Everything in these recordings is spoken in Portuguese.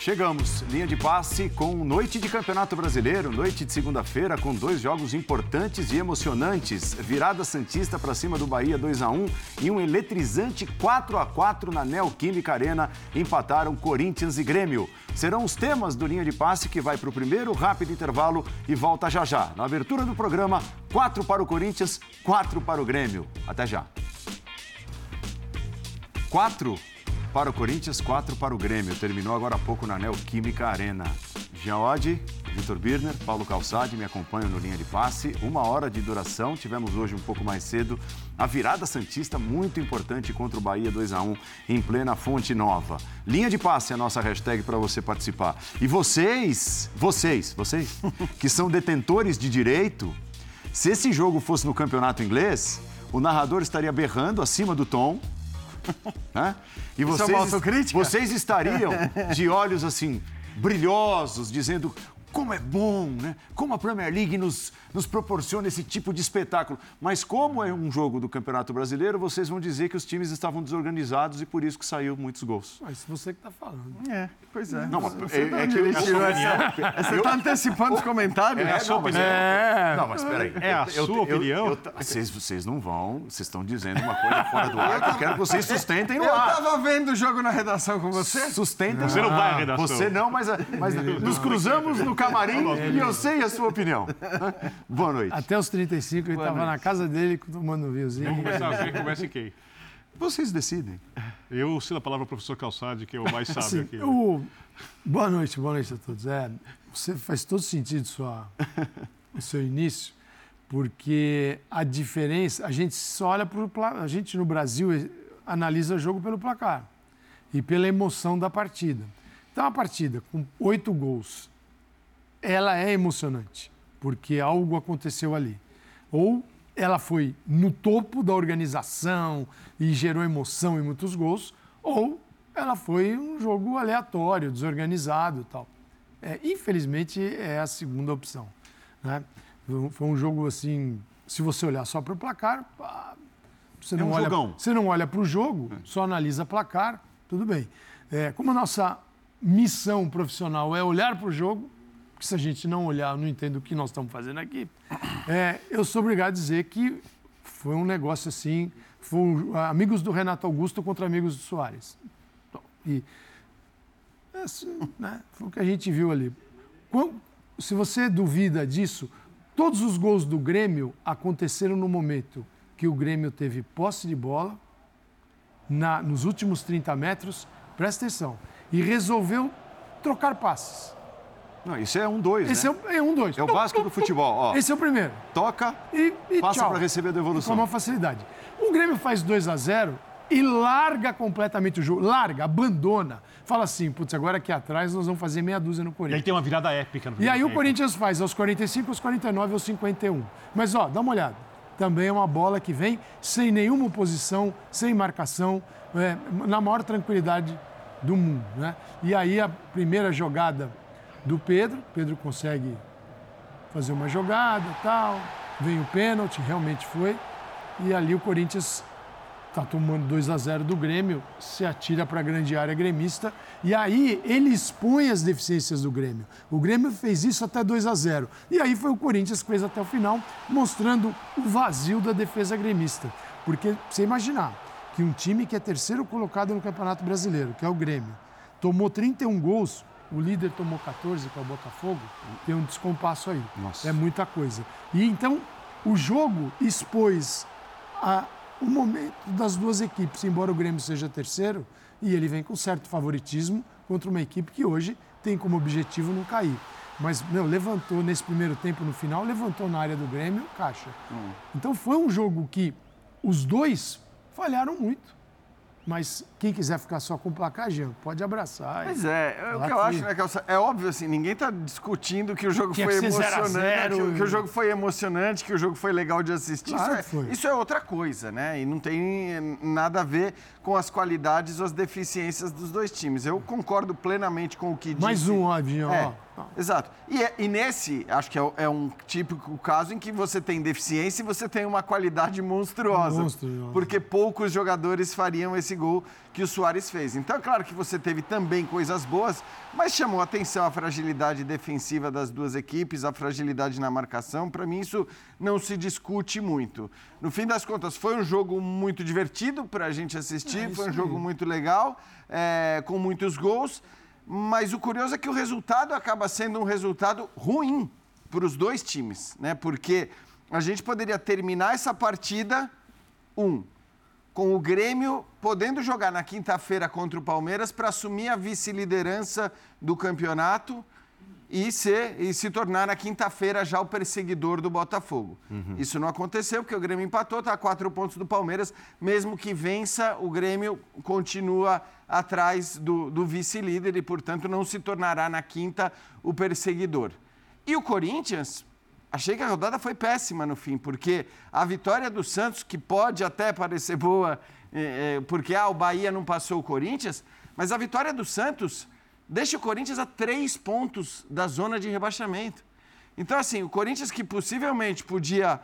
Chegamos, linha de passe com noite de Campeonato Brasileiro, noite de segunda-feira com 2 jogos importantes e emocionantes. Virada santista para cima do Bahia 2-1 e um eletrizante 4-4 na Neoquímica Arena empataram Corinthians e Grêmio. Serão os temas do linha de passe que vai para o primeiro rápido intervalo e volta já já. Na abertura do programa, 4 para o Corinthians, 4 para o Grêmio. Até já. 4 para o Corinthians, 4 para o Grêmio. Terminou agora há pouco na Neoquímica Arena. Jean Oddi, Vitor Birner, Paulo Calçade me acompanham no Linha de Passe. 1 hora de duração. Tivemos hoje um pouco mais cedo a virada santista muito importante contra o Bahia 2-1 em plena Fonte Nova. Linha de Passe é a nossa hashtag para você participar. E vocês que são detentores de direito, se esse jogo fosse no campeonato inglês, o narrador estaria berrando acima do tom. Né? E vocês estariam de olhos assim brilhosos, dizendo como é bom, né? Como a Premier League nos proporciona esse tipo de espetáculo. Mas como é um jogo do Campeonato Brasileiro, vocês vão dizer que os times estavam desorganizados e por isso que saiu muitos gols. Mas você que está falando. Pois é. Não, mas você está antecipando os comentários? É a sua opinião. Não, mas espera aí. É a sua opinião? Vocês não vão, vocês estão dizendo uma coisa fora do ar que eu quero que vocês sustentem no ar. Eu estava vendo o jogo na redação com você. Sustentem. Você não vai à redação. Você não, mas nos cruzamos no camarim e eu sei a sua opinião. Boa noite. Até os 35 ele estava na casa dele tomando um vinhozinho. Vamos começar, quem começa quem? Vocês decidem. Eu sei a palavra ao professor Calçade, que é o mais sábio Assim, aqui. Boa noite a todos. Você faz todo sentido o seu início, porque a diferença, a gente só olha para o placar, a gente no Brasil analisa o jogo pelo placar e pela emoção da partida. Então a partida com 8 gols, ela é emocionante, porque algo aconteceu ali. Ou ela foi no topo da organização e gerou emoção e muitos gols, ou ela foi um jogo aleatório, desorganizado e tal. Infelizmente, é a segunda opção, né? Foi um jogo assim, se você olhar só para o placar, você não olha para o jogo, só analisa placar, tudo bem. Como a nossa missão profissional é olhar para o jogo, porque se a gente não olhar, eu não entendo o que nós estamos fazendo aqui, eu sou obrigado a dizer que foi um negócio assim, amigos do Renato Augusto contra amigos do Soares. Né, foi o que a gente viu ali. Se você duvida disso, todos os gols do Grêmio aconteceram no momento que o Grêmio teve posse de bola, nos últimos 30 metros, presta atenção, e resolveu trocar passes. Não, isso é 1-2, Esse né? é 1-2. É o básico do futebol. Ó, esse é o primeiro. Toca, e passa para receber a devolução. Com uma facilidade. O Grêmio faz 2-0 e larga completamente o jogo. Abandona. Fala assim, putz, agora aqui atrás nós vamos fazer meia dúzia no E Corinthians. aí tem uma virada épica. No e aí tempo. o Corinthians faz aos 45, aos 49, aos 51. Mas, dá uma olhada. Também é uma bola que vem sem nenhuma oposição, sem marcação, na maior tranquilidade do mundo, né? E aí a primeira jogada do Pedro consegue fazer uma jogada e tal, vem o pênalti, realmente foi, e ali o Corinthians está tomando 2-0 do Grêmio, se atira para a grande área gremista, e aí ele expõe as deficiências do Grêmio. O Grêmio fez isso até 2-0, e aí foi o Corinthians que fez até o final, mostrando o vazio da defesa gremista. Porque, você imaginar que um time que é terceiro colocado no Campeonato Brasileiro, que é o Grêmio, tomou 31 gols, o líder tomou 14 para o Botafogo, tem um descompasso aí. Nossa. É muita coisa. E então, o jogo expôs o momento das duas equipes, embora o Grêmio seja terceiro, e ele vem com certo favoritismo contra uma equipe que hoje tem como objetivo não cair. Mas, levantou nesse primeiro tempo, no final, levantou na área do Grêmio, caixa. Então, foi um jogo que os dois falharam muito. Mas quem quiser ficar só com o placar, Jean, pode abraçar. Mas o que eu acho, né, Calça? É óbvio, assim, ninguém está discutindo que o jogo foi emocionante, que o jogo foi emocionante, que o jogo foi legal de assistir. Claro isso é outra coisa, né? E não tem nada a ver com as qualidades ou as deficiências dos dois times. Eu concordo plenamente com o que disse. Mais um, Jean, Exato. E nesse, acho que é um típico caso em que você tem deficiência e você tem uma qualidade monstruosa. Porque poucos jogadores fariam esse gol que o Suárez fez. Então, é claro que você teve também coisas boas, mas chamou a atenção a fragilidade defensiva das duas equipes, a fragilidade na marcação. Para mim, isso não se discute muito. No fim das contas, foi um jogo muito divertido para a gente assistir, foi um jogo muito legal, com muitos gols. Mas o curioso é que o resultado acaba sendo um resultado ruim para os dois times, né? Porque a gente poderia terminar essa partida, com o Grêmio podendo jogar na quinta-feira contra o Palmeiras para assumir a vice-liderança do campeonato e se tornar na quinta-feira já o perseguidor do Botafogo. Isso não aconteceu, porque o Grêmio empatou, está a 4 pontos do Palmeiras. Mesmo que vença, o Grêmio continua atrás do vice-líder e, portanto, não se tornará na quinta o perseguidor. E o Corinthians, achei que a rodada foi péssima no fim, porque a vitória do Santos, que pode até parecer boa, porque o Bahia não passou o Corinthians, mas a vitória do Santos deixa o Corinthians a 3 pontos da zona de rebaixamento. Então, assim, o Corinthians que possivelmente podia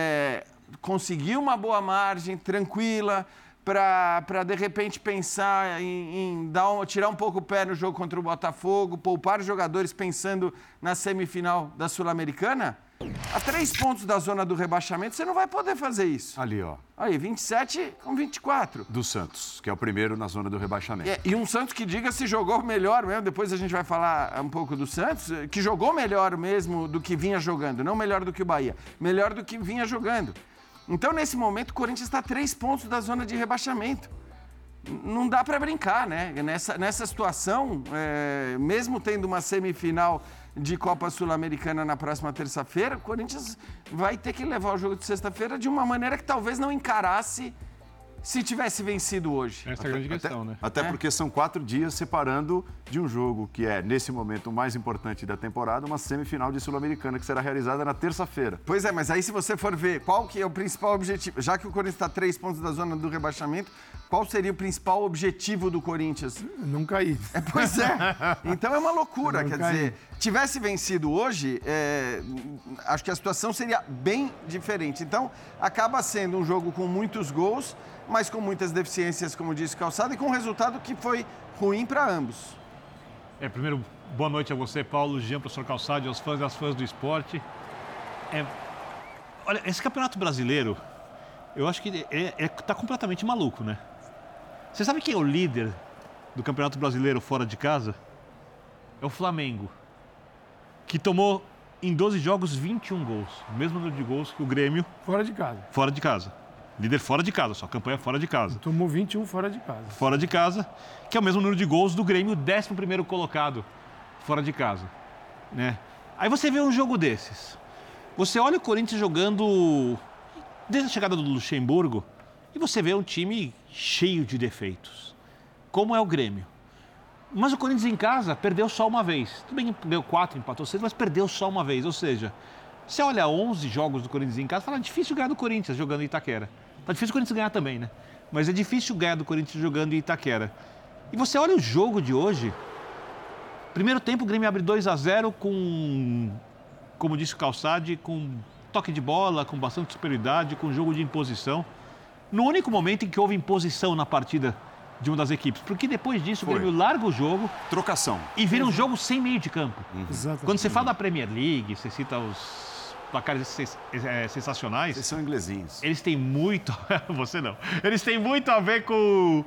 conseguir uma boa margem, tranquila, para de repente pensar em tirar um pouco o pé no jogo contra o Botafogo, poupar os jogadores pensando na semifinal da Sul-Americana, a 3 pontos da zona do rebaixamento, você não vai poder fazer isso. Ali, ó. Aí, 27 com 24. Do Santos, que é o primeiro na zona do rebaixamento. E um Santos que, diga-se, jogou melhor mesmo, depois a gente vai falar um pouco do Santos, que jogou melhor mesmo do que vinha jogando, não melhor do que o Bahia, melhor do que vinha jogando. Então, nesse momento, o Corinthians está a 3 pontos da zona de rebaixamento. Não dá para brincar, né? Nessa situação, mesmo tendo uma semifinal de Copa Sul-Americana na próxima terça-feira, o Corinthians vai ter que levar o jogo de sexta-feira de uma maneira que talvez não encarasse se tivesse vencido hoje. Essa é a grande questão, né? Até porque são 4 dias separando de um jogo que é, nesse momento, o mais importante da temporada, uma semifinal de Sul-Americana, que será realizada na terça-feira. Pois é, mas aí se você for ver qual que é o principal objetivo, já que o Corinthians está a 3 pontos da zona do rebaixamento, qual seria o principal objetivo do Corinthians? Não cair. Pois é. Então é uma loucura, quer dizer, tivesse vencido hoje, acho que a situação seria bem diferente. Então, acaba sendo um jogo com muitos gols, mas com muitas deficiências, como disse Calçado, e com um resultado que foi ruim para ambos. Primeiro, boa noite a você, Paulo, Jean, professor Calçado, aos fãs e às fãs do esporte. Olha, esse campeonato brasileiro, eu acho que tá completamente maluco, né? Você sabe quem é o líder do Campeonato Brasileiro fora de casa? É o Flamengo, que tomou em 12 jogos 21 gols, o mesmo número de gols que o Grêmio. Fora de casa. Fora de casa. Líder fora de casa, só campanha fora de casa. Tomou 21 fora de casa. Fora de casa, que é o mesmo número de gols do Grêmio, 11º colocado fora de casa, né? Aí você vê um jogo desses. Você olha o Corinthians jogando desde a chegada do Luxemburgo e você vê um time cheio de defeitos, como é o Grêmio. Mas o Corinthians em casa perdeu só uma vez. Tudo bem que deu 4, empatou 6, mas perdeu só uma vez. Ou seja, você olha 11 jogos do Corinthians em casa, fala, difícil ganhar do Corinthians jogando em Itaquera. Tá difícil o Corinthians ganhar também, né? Mas é difícil ganhar do Corinthians jogando em Itaquera. E você olha o jogo de hoje, primeiro tempo o Grêmio abre 2-0 com, como disse o Calçade, com toque de bola, com bastante superioridade, com jogo de imposição. No único momento em que houve imposição na partida de uma das equipes, porque depois disso o Grêmio larga o jogo. Trocação. E vira um jogo sem meio de campo. Exatamente. Quando você fala da Premier League, você cita os placares sensacionais. Vocês são inglesinhos. Eles têm muito... Você não. Eles têm muito a ver com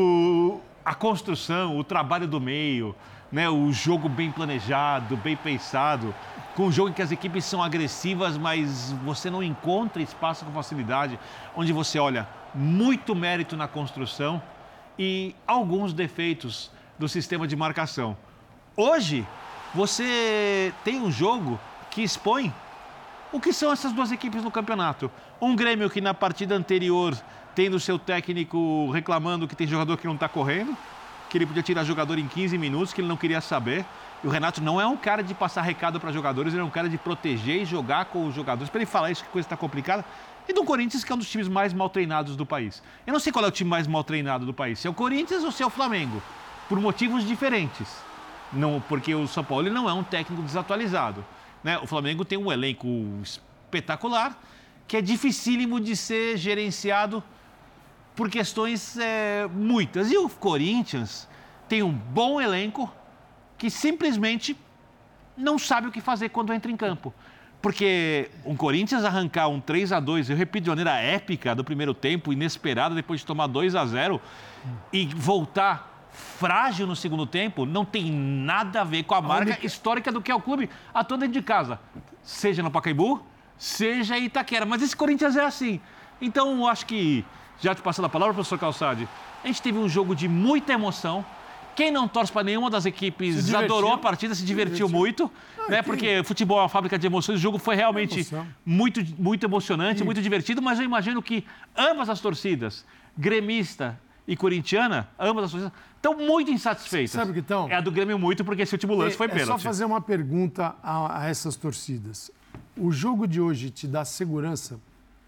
a construção, o trabalho do meio, né? O jogo bem planejado, bem pensado, com um jogo em que as equipes são agressivas, mas você não encontra espaço com facilidade, onde você olha muito mérito na construção e alguns defeitos do sistema de marcação. Hoje, você tem um jogo que expõe o que são essas duas equipes no campeonato. Um Grêmio que na partida anterior, tendo seu técnico reclamando que tem jogador que não está correndo, que ele podia tirar jogador em 15 minutos, que ele não queria saber. E o Renato não é um cara de passar recado para jogadores, ele é um cara de proteger e jogar com os jogadores. Para ele falar isso, que coisa está complicada. E do Corinthians, que é um dos times mais mal treinados do país. Eu não sei qual é o time mais mal treinado do país, se é o Corinthians ou se é o Flamengo, por motivos diferentes. Não, porque o São Paulo ele não é um técnico desatualizado, né? O Flamengo tem um elenco espetacular, que é dificílimo de ser gerenciado por questões muitas. E o Corinthians tem um bom elenco que simplesmente não sabe o que fazer quando entra em campo. Porque o Corinthians arrancar um 3-2, eu repito, de maneira épica do primeiro tempo, inesperada, depois de tomar 2-0, e voltar frágil no segundo tempo, não tem nada a ver com a marca histórica do que é o clube atuando dentro de casa. Seja no Pacaembu, seja em Itaquera. Mas esse Corinthians é assim. Então, eu acho que, já te passando a palavra, professor Calçade, a gente teve um jogo de muita emoção. Quem não torce para nenhuma das equipes adorou a partida, se divertiu muito, né? Porque futebol é uma fábrica de emoções. O jogo foi realmente muito, muito emocionante, muito divertido, mas eu imagino que ambas as torcidas, gremista e corintiana, ambas as torcidas, estão muito insatisfeitas. Sabe o que estão? É a do Grêmio muito, porque esse último lance foi pênalti. É só fazer uma pergunta a essas torcidas. O jogo de hoje te dá segurança?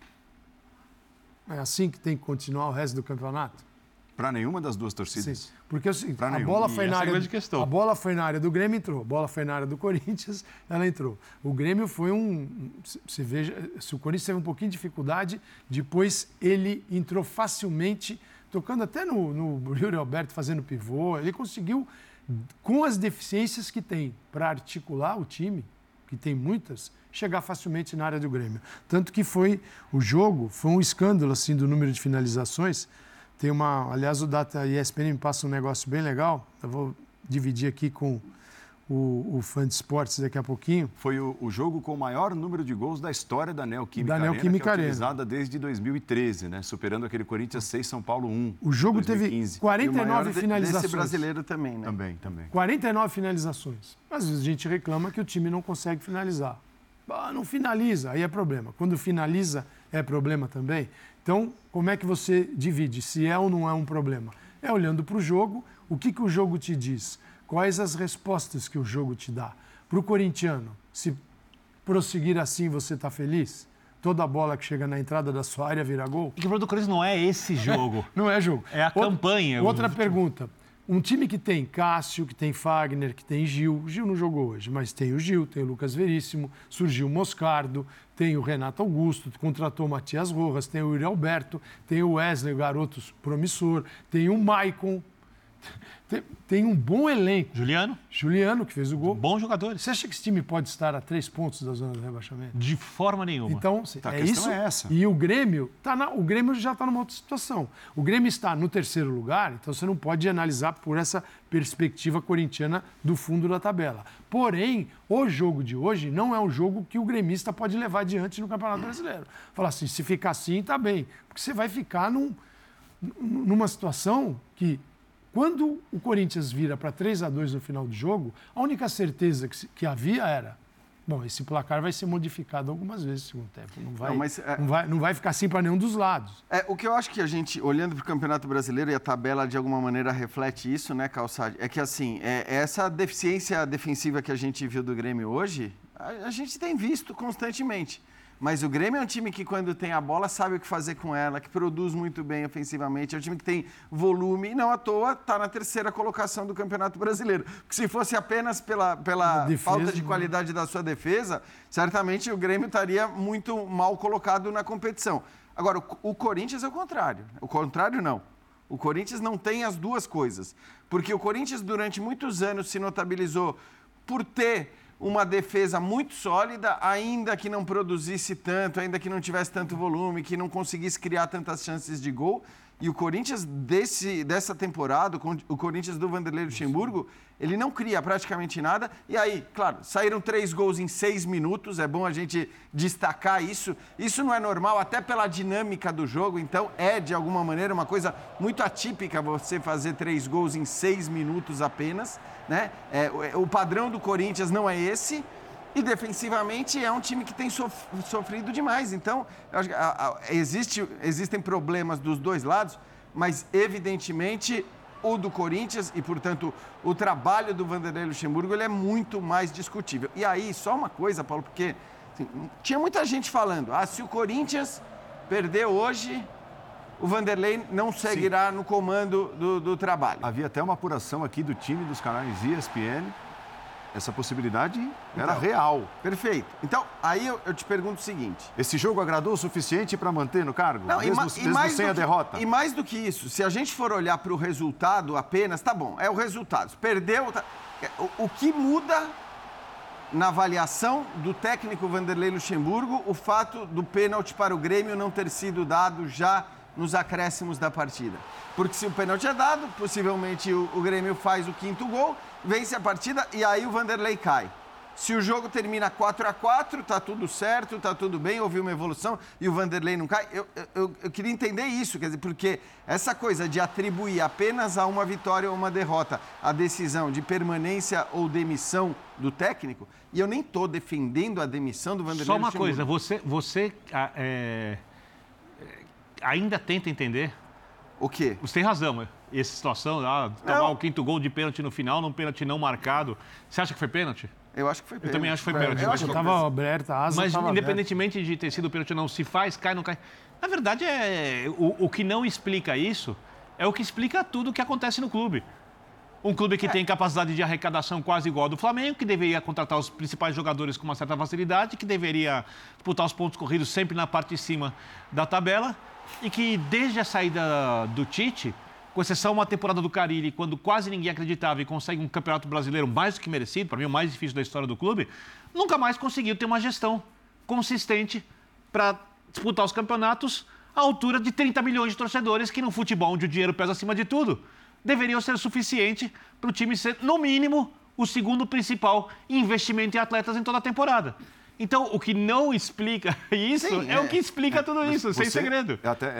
É assim que tem que continuar o resto do campeonato? Para nenhuma das duas torcidas. Sim, porque é o seguinte, a bola foi na área do Grêmio, entrou. A bola foi na área do Corinthians, ela entrou. O Grêmio foi você veja, se o Corinthians teve um pouquinho de dificuldade, depois ele entrou facilmente, tocando até no Yuri Alberto, fazendo pivô. Ele conseguiu, com as deficiências que tem para articular o time, que tem muitas, chegar facilmente na área do Grêmio. Tanto que o jogo foi um escândalo assim, do número de finalizações. Tem aliás, o Data ESPN me passa um negócio bem legal. Eu vou dividir aqui com o fã de esportes daqui a pouquinho. Foi o jogo com o maior número de gols da história da Neoquímica Arena, que é utilizada desde 2013, né? Superando aquele Corinthians 6, São Paulo 1. O jogo 2015. Teve 49 finalizações. Desse brasileiro também, né? Também. 49 finalizações. Às vezes a gente reclama que o time não consegue finalizar. Não finaliza, aí é problema. Quando finaliza, é problema também. Então, como é que você divide se é ou não é um problema? É olhando para o jogo, o que o jogo te diz? Quais as respostas que o jogo te dá? Para o corintiano, se prosseguir assim, você está feliz? Toda bola que chega na entrada da sua área vira gol? E que o problema do Corinthians não é esse jogo. Não é jogo. É a campanha. Outra pergunta. Um time que tem Cássio, que tem Fagner, que tem Gil. Gil não jogou hoje, mas tem o Gil, tem o Lucas Veríssimo, surgiu o Moscardo, tem o Renato Augusto, contratou o Matias Rojas, tem o Yuri Alberto, tem o Wesley, o garoto promissor, tem o Maicon. Tem um bom elenco. Juliano, que fez o gol. Bons jogadores. Você acha que esse time pode estar a 3 pontos da zona do rebaixamento? De forma nenhuma. Então, é isso. É essa. E o Grêmio já está numa outra situação. O Grêmio está no 3º lugar, então você não pode analisar por essa perspectiva corintiana do fundo da tabela. Porém, o jogo de hoje não é um jogo que o gremista pode levar adiante no Campeonato Brasileiro. Falar assim, se ficar assim, está bem. Porque você vai ficar numa situação que, quando o Corinthians vira para 3-2 no final do jogo, a única certeza que havia era: bom, esse placar vai ser modificado algumas vezes no segundo tempo. Não vai ficar assim para nenhum dos lados. O que eu acho que a gente, olhando para o Campeonato Brasileiro, e a tabela de alguma maneira reflete isso, né, Calçade? É que assim, essa deficiência defensiva que a gente viu do Grêmio hoje, a gente tem visto constantemente. Mas o Grêmio é um time que, quando tem a bola, sabe o que fazer com ela, que produz muito bem ofensivamente. É um time que tem volume e, não à toa, está na 3ª colocação do Campeonato Brasileiro. Porque se fosse apenas pela defesa, falta de qualidade da sua defesa, certamente o Grêmio estaria muito mal colocado na competição. Agora, o Corinthians é o contrário. O contrário, não. O Corinthians não tem as duas coisas. Porque o Corinthians, durante muitos anos, se notabilizou por ter uma defesa muito sólida, ainda que não produzisse tanto, ainda que não tivesse tanto volume, que não conseguisse criar tantas chances de gol. E o Corinthians dessa temporada, o Corinthians do Vanderlei Luxemburgo, ele não cria praticamente nada. E aí, claro, saíram 3 gols em 6 minutos, é bom a gente destacar isso. Isso não é normal, até pela dinâmica do jogo, então de alguma maneira uma coisa muito atípica você fazer 3 gols em 6 minutos apenas, né? O padrão do Corinthians não é esse. E defensivamente é um time que tem sofrido demais. Então, eu acho que existem problemas dos dois lados, mas evidentemente o do Corinthians e, portanto, o trabalho do Vanderlei Luxemburgo, ele é muito mais discutível. E aí, só uma coisa, Paulo, porque assim, tinha muita gente falando, se o Corinthians perder hoje, o Vanderlei não seguirá no comando do trabalho. Havia até uma apuração aqui do time dos canais ESPN. Essa possibilidade era real. Perfeito. Então, aí eu te pergunto o seguinte. Esse jogo agradou o suficiente para manter no cargo? Não, mesmo sem a derrota? E mais do que isso, se a gente for olhar para o resultado apenas, tá bom, é o resultado. Perdeu, o que muda na avaliação do técnico Vanderlei Luxemburgo o fato do pênalti para o Grêmio não ter sido dado já nos acréscimos da partida? Porque se o pênalti é dado, possivelmente o Grêmio faz o 5º gol, vence a partida e aí o Vanderlei cai. Se o jogo termina 4-4, tá tudo certo, tá tudo bem, houve uma evolução e o Vanderlei não cai. Eu queria entender isso, quer dizer, porque essa coisa de atribuir apenas a uma vitória ou uma derrota a decisão de permanência ou demissão do técnico, e eu nem estou defendendo a demissão do Vanderlei. Só uma coisa, você ainda tenta entender? O quê? Você tem razão, essa situação, tomar o 5º gol de pênalti no final, num pênalti não marcado. Você acha que foi pênalti? Eu acho que foi pênalti. Eu também acho que foi pênalti. Eu acho que estava aberta, a asa. Mas independentemente de ter sido pênalti ou não, se faz, cai, não cai. Na verdade, o que não explica isso é o que explica tudo o que acontece no clube. Um clube que tem capacidade de arrecadação quase igual ao do Flamengo, que deveria contratar os principais jogadores com uma certa facilidade, que deveria disputar os pontos corridos sempre na parte de cima da tabela e que desde a saída do Tite, com exceção uma temporada do Carille, quando quase ninguém acreditava e consegue um campeonato brasileiro mais do que merecido, para mim o mais difícil da história do clube, nunca mais conseguiu ter uma gestão consistente para disputar os campeonatos à altura de 30 milhões de torcedores, que no futebol, onde o dinheiro pesa acima de tudo, deveriam ser suficiente para o time ser, no mínimo, o segundo principal investimento em atletas em toda a temporada. Então, o que não explica isso é o que explica tudo isso, sem segredo.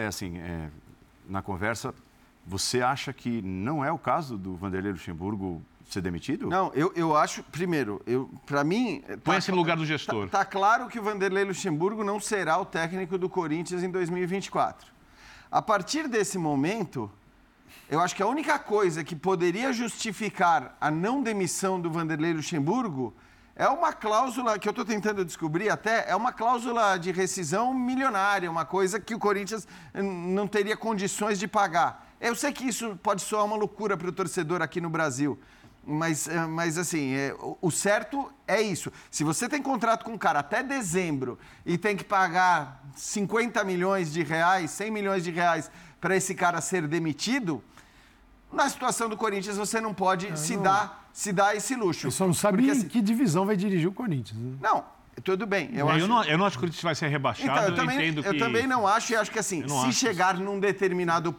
Na conversa, você acha que não é o caso do Vanderlei Luxemburgo ser demitido? Não, eu acho, primeiro, para mim... Põe-se no lugar do gestor. Tá claro que o Vanderlei Luxemburgo não será o técnico do Corinthians em 2024. A partir desse momento, eu acho que a única coisa que poderia justificar a não demissão do Vanderlei Luxemburgo é uma cláusula que eu estou tentando descobrir até, é uma cláusula de rescisão milionária, uma coisa que o Corinthians não teria condições de pagar. Eu sei que isso pode soar uma loucura para o torcedor aqui no Brasil, mas assim, o certo é isso. Se você tem contrato com um cara até dezembro e tem que pagar 50 milhões de reais, 100 milhões de reais para esse cara ser demitido, na situação do Corinthians você não pode se dar esse luxo. Eu só não sabe em que divisão vai dirigir o Corinthians. Né? Não, tudo bem. Eu não acho que o Corinthians vai ser rebaixado. Então, eu também não acho, e acho que assim, se chegar num determinado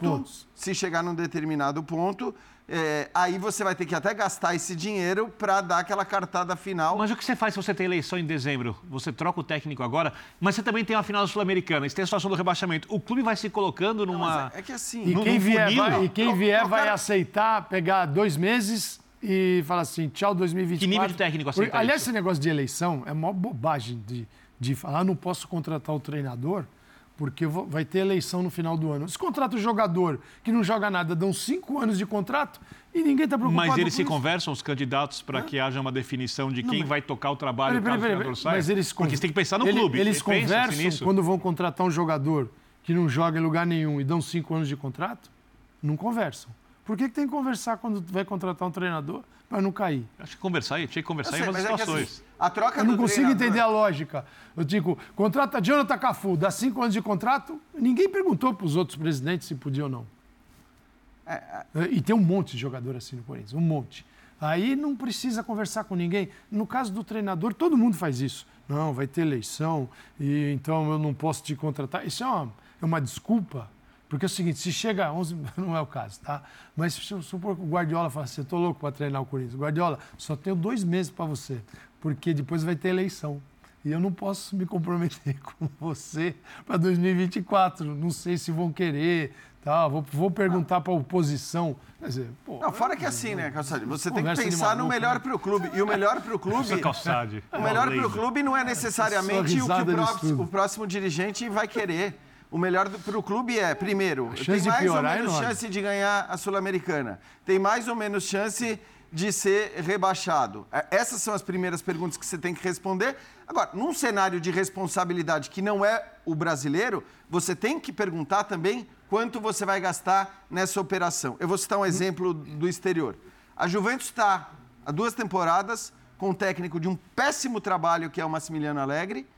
ponto, aí você vai ter que até gastar esse dinheiro para dar aquela cartada final. Mas o que você faz se você tem eleição em dezembro? Você troca o técnico agora, mas você também tem uma final sul-americana, você tem a situação do rebaixamento. O clube vai se colocando numa... É que assim... E quem vier vai aceitar pegar 2 meses e falar assim, tchau 2024. Que nível de técnico aceita Aliás, isso? esse negócio de eleição é uma bobagem de falar, não posso contratar o treinador porque vai ter eleição no final do ano. Se contrata o jogador que não joga nada, dão 5 anos de contrato e ninguém está preocupado. Mas eles se conversam, os candidatos, para que haja uma definição de quem vai tocar o trabalho caso o treinador saia? Porque você tem que pensar no clube. Eles conversam quando vão contratar um jogador que não joga em lugar nenhum e dão 5 anos de contrato? Não conversam. Por que tem que conversar quando vai contratar um treinador para não cair? Acho que tinha que conversar em umas situações. A troca eu não consigo entender a lógica. Eu digo, contrata Jonathan Cafu, dá 5 anos de contrato, ninguém perguntou para os outros presidentes se podia ou não. E tem um monte de jogador assim no Corinthians, um monte. Aí não precisa conversar com ninguém. No caso do treinador, todo mundo faz isso. Não, vai ter eleição, e então eu não posso te contratar. Isso é uma desculpa. Porque é o seguinte, se chega a 11, não é o caso, tá? Mas supor que o Guardiola fala assim, eu tô louco para treinar o Corinthians. Guardiola, só tenho 2 meses para você, porque depois vai ter eleição. E eu não posso me comprometer com você para 2024. Não sei se vão querer, tá? Vou perguntar para a oposição. Quer dizer, fora que assim, né, Calçade? Você tem que pensar no melhor para o clube. E o melhor para o clube... O melhor para o clube não é necessariamente o que o próximo dirigente vai querer. O melhor para o clube é, primeiro, tem mais ou menos chance de ganhar a Sul-Americana. Tem mais ou menos chance de ser rebaixado? Essas são as primeiras perguntas que você tem que responder. Agora, num cenário de responsabilidade que não é o brasileiro, você tem que perguntar também quanto você vai gastar nessa operação. Eu vou citar um exemplo do exterior. A Juventus está há 2 temporadas com um técnico de um péssimo trabalho, que é o Massimiliano Allegri,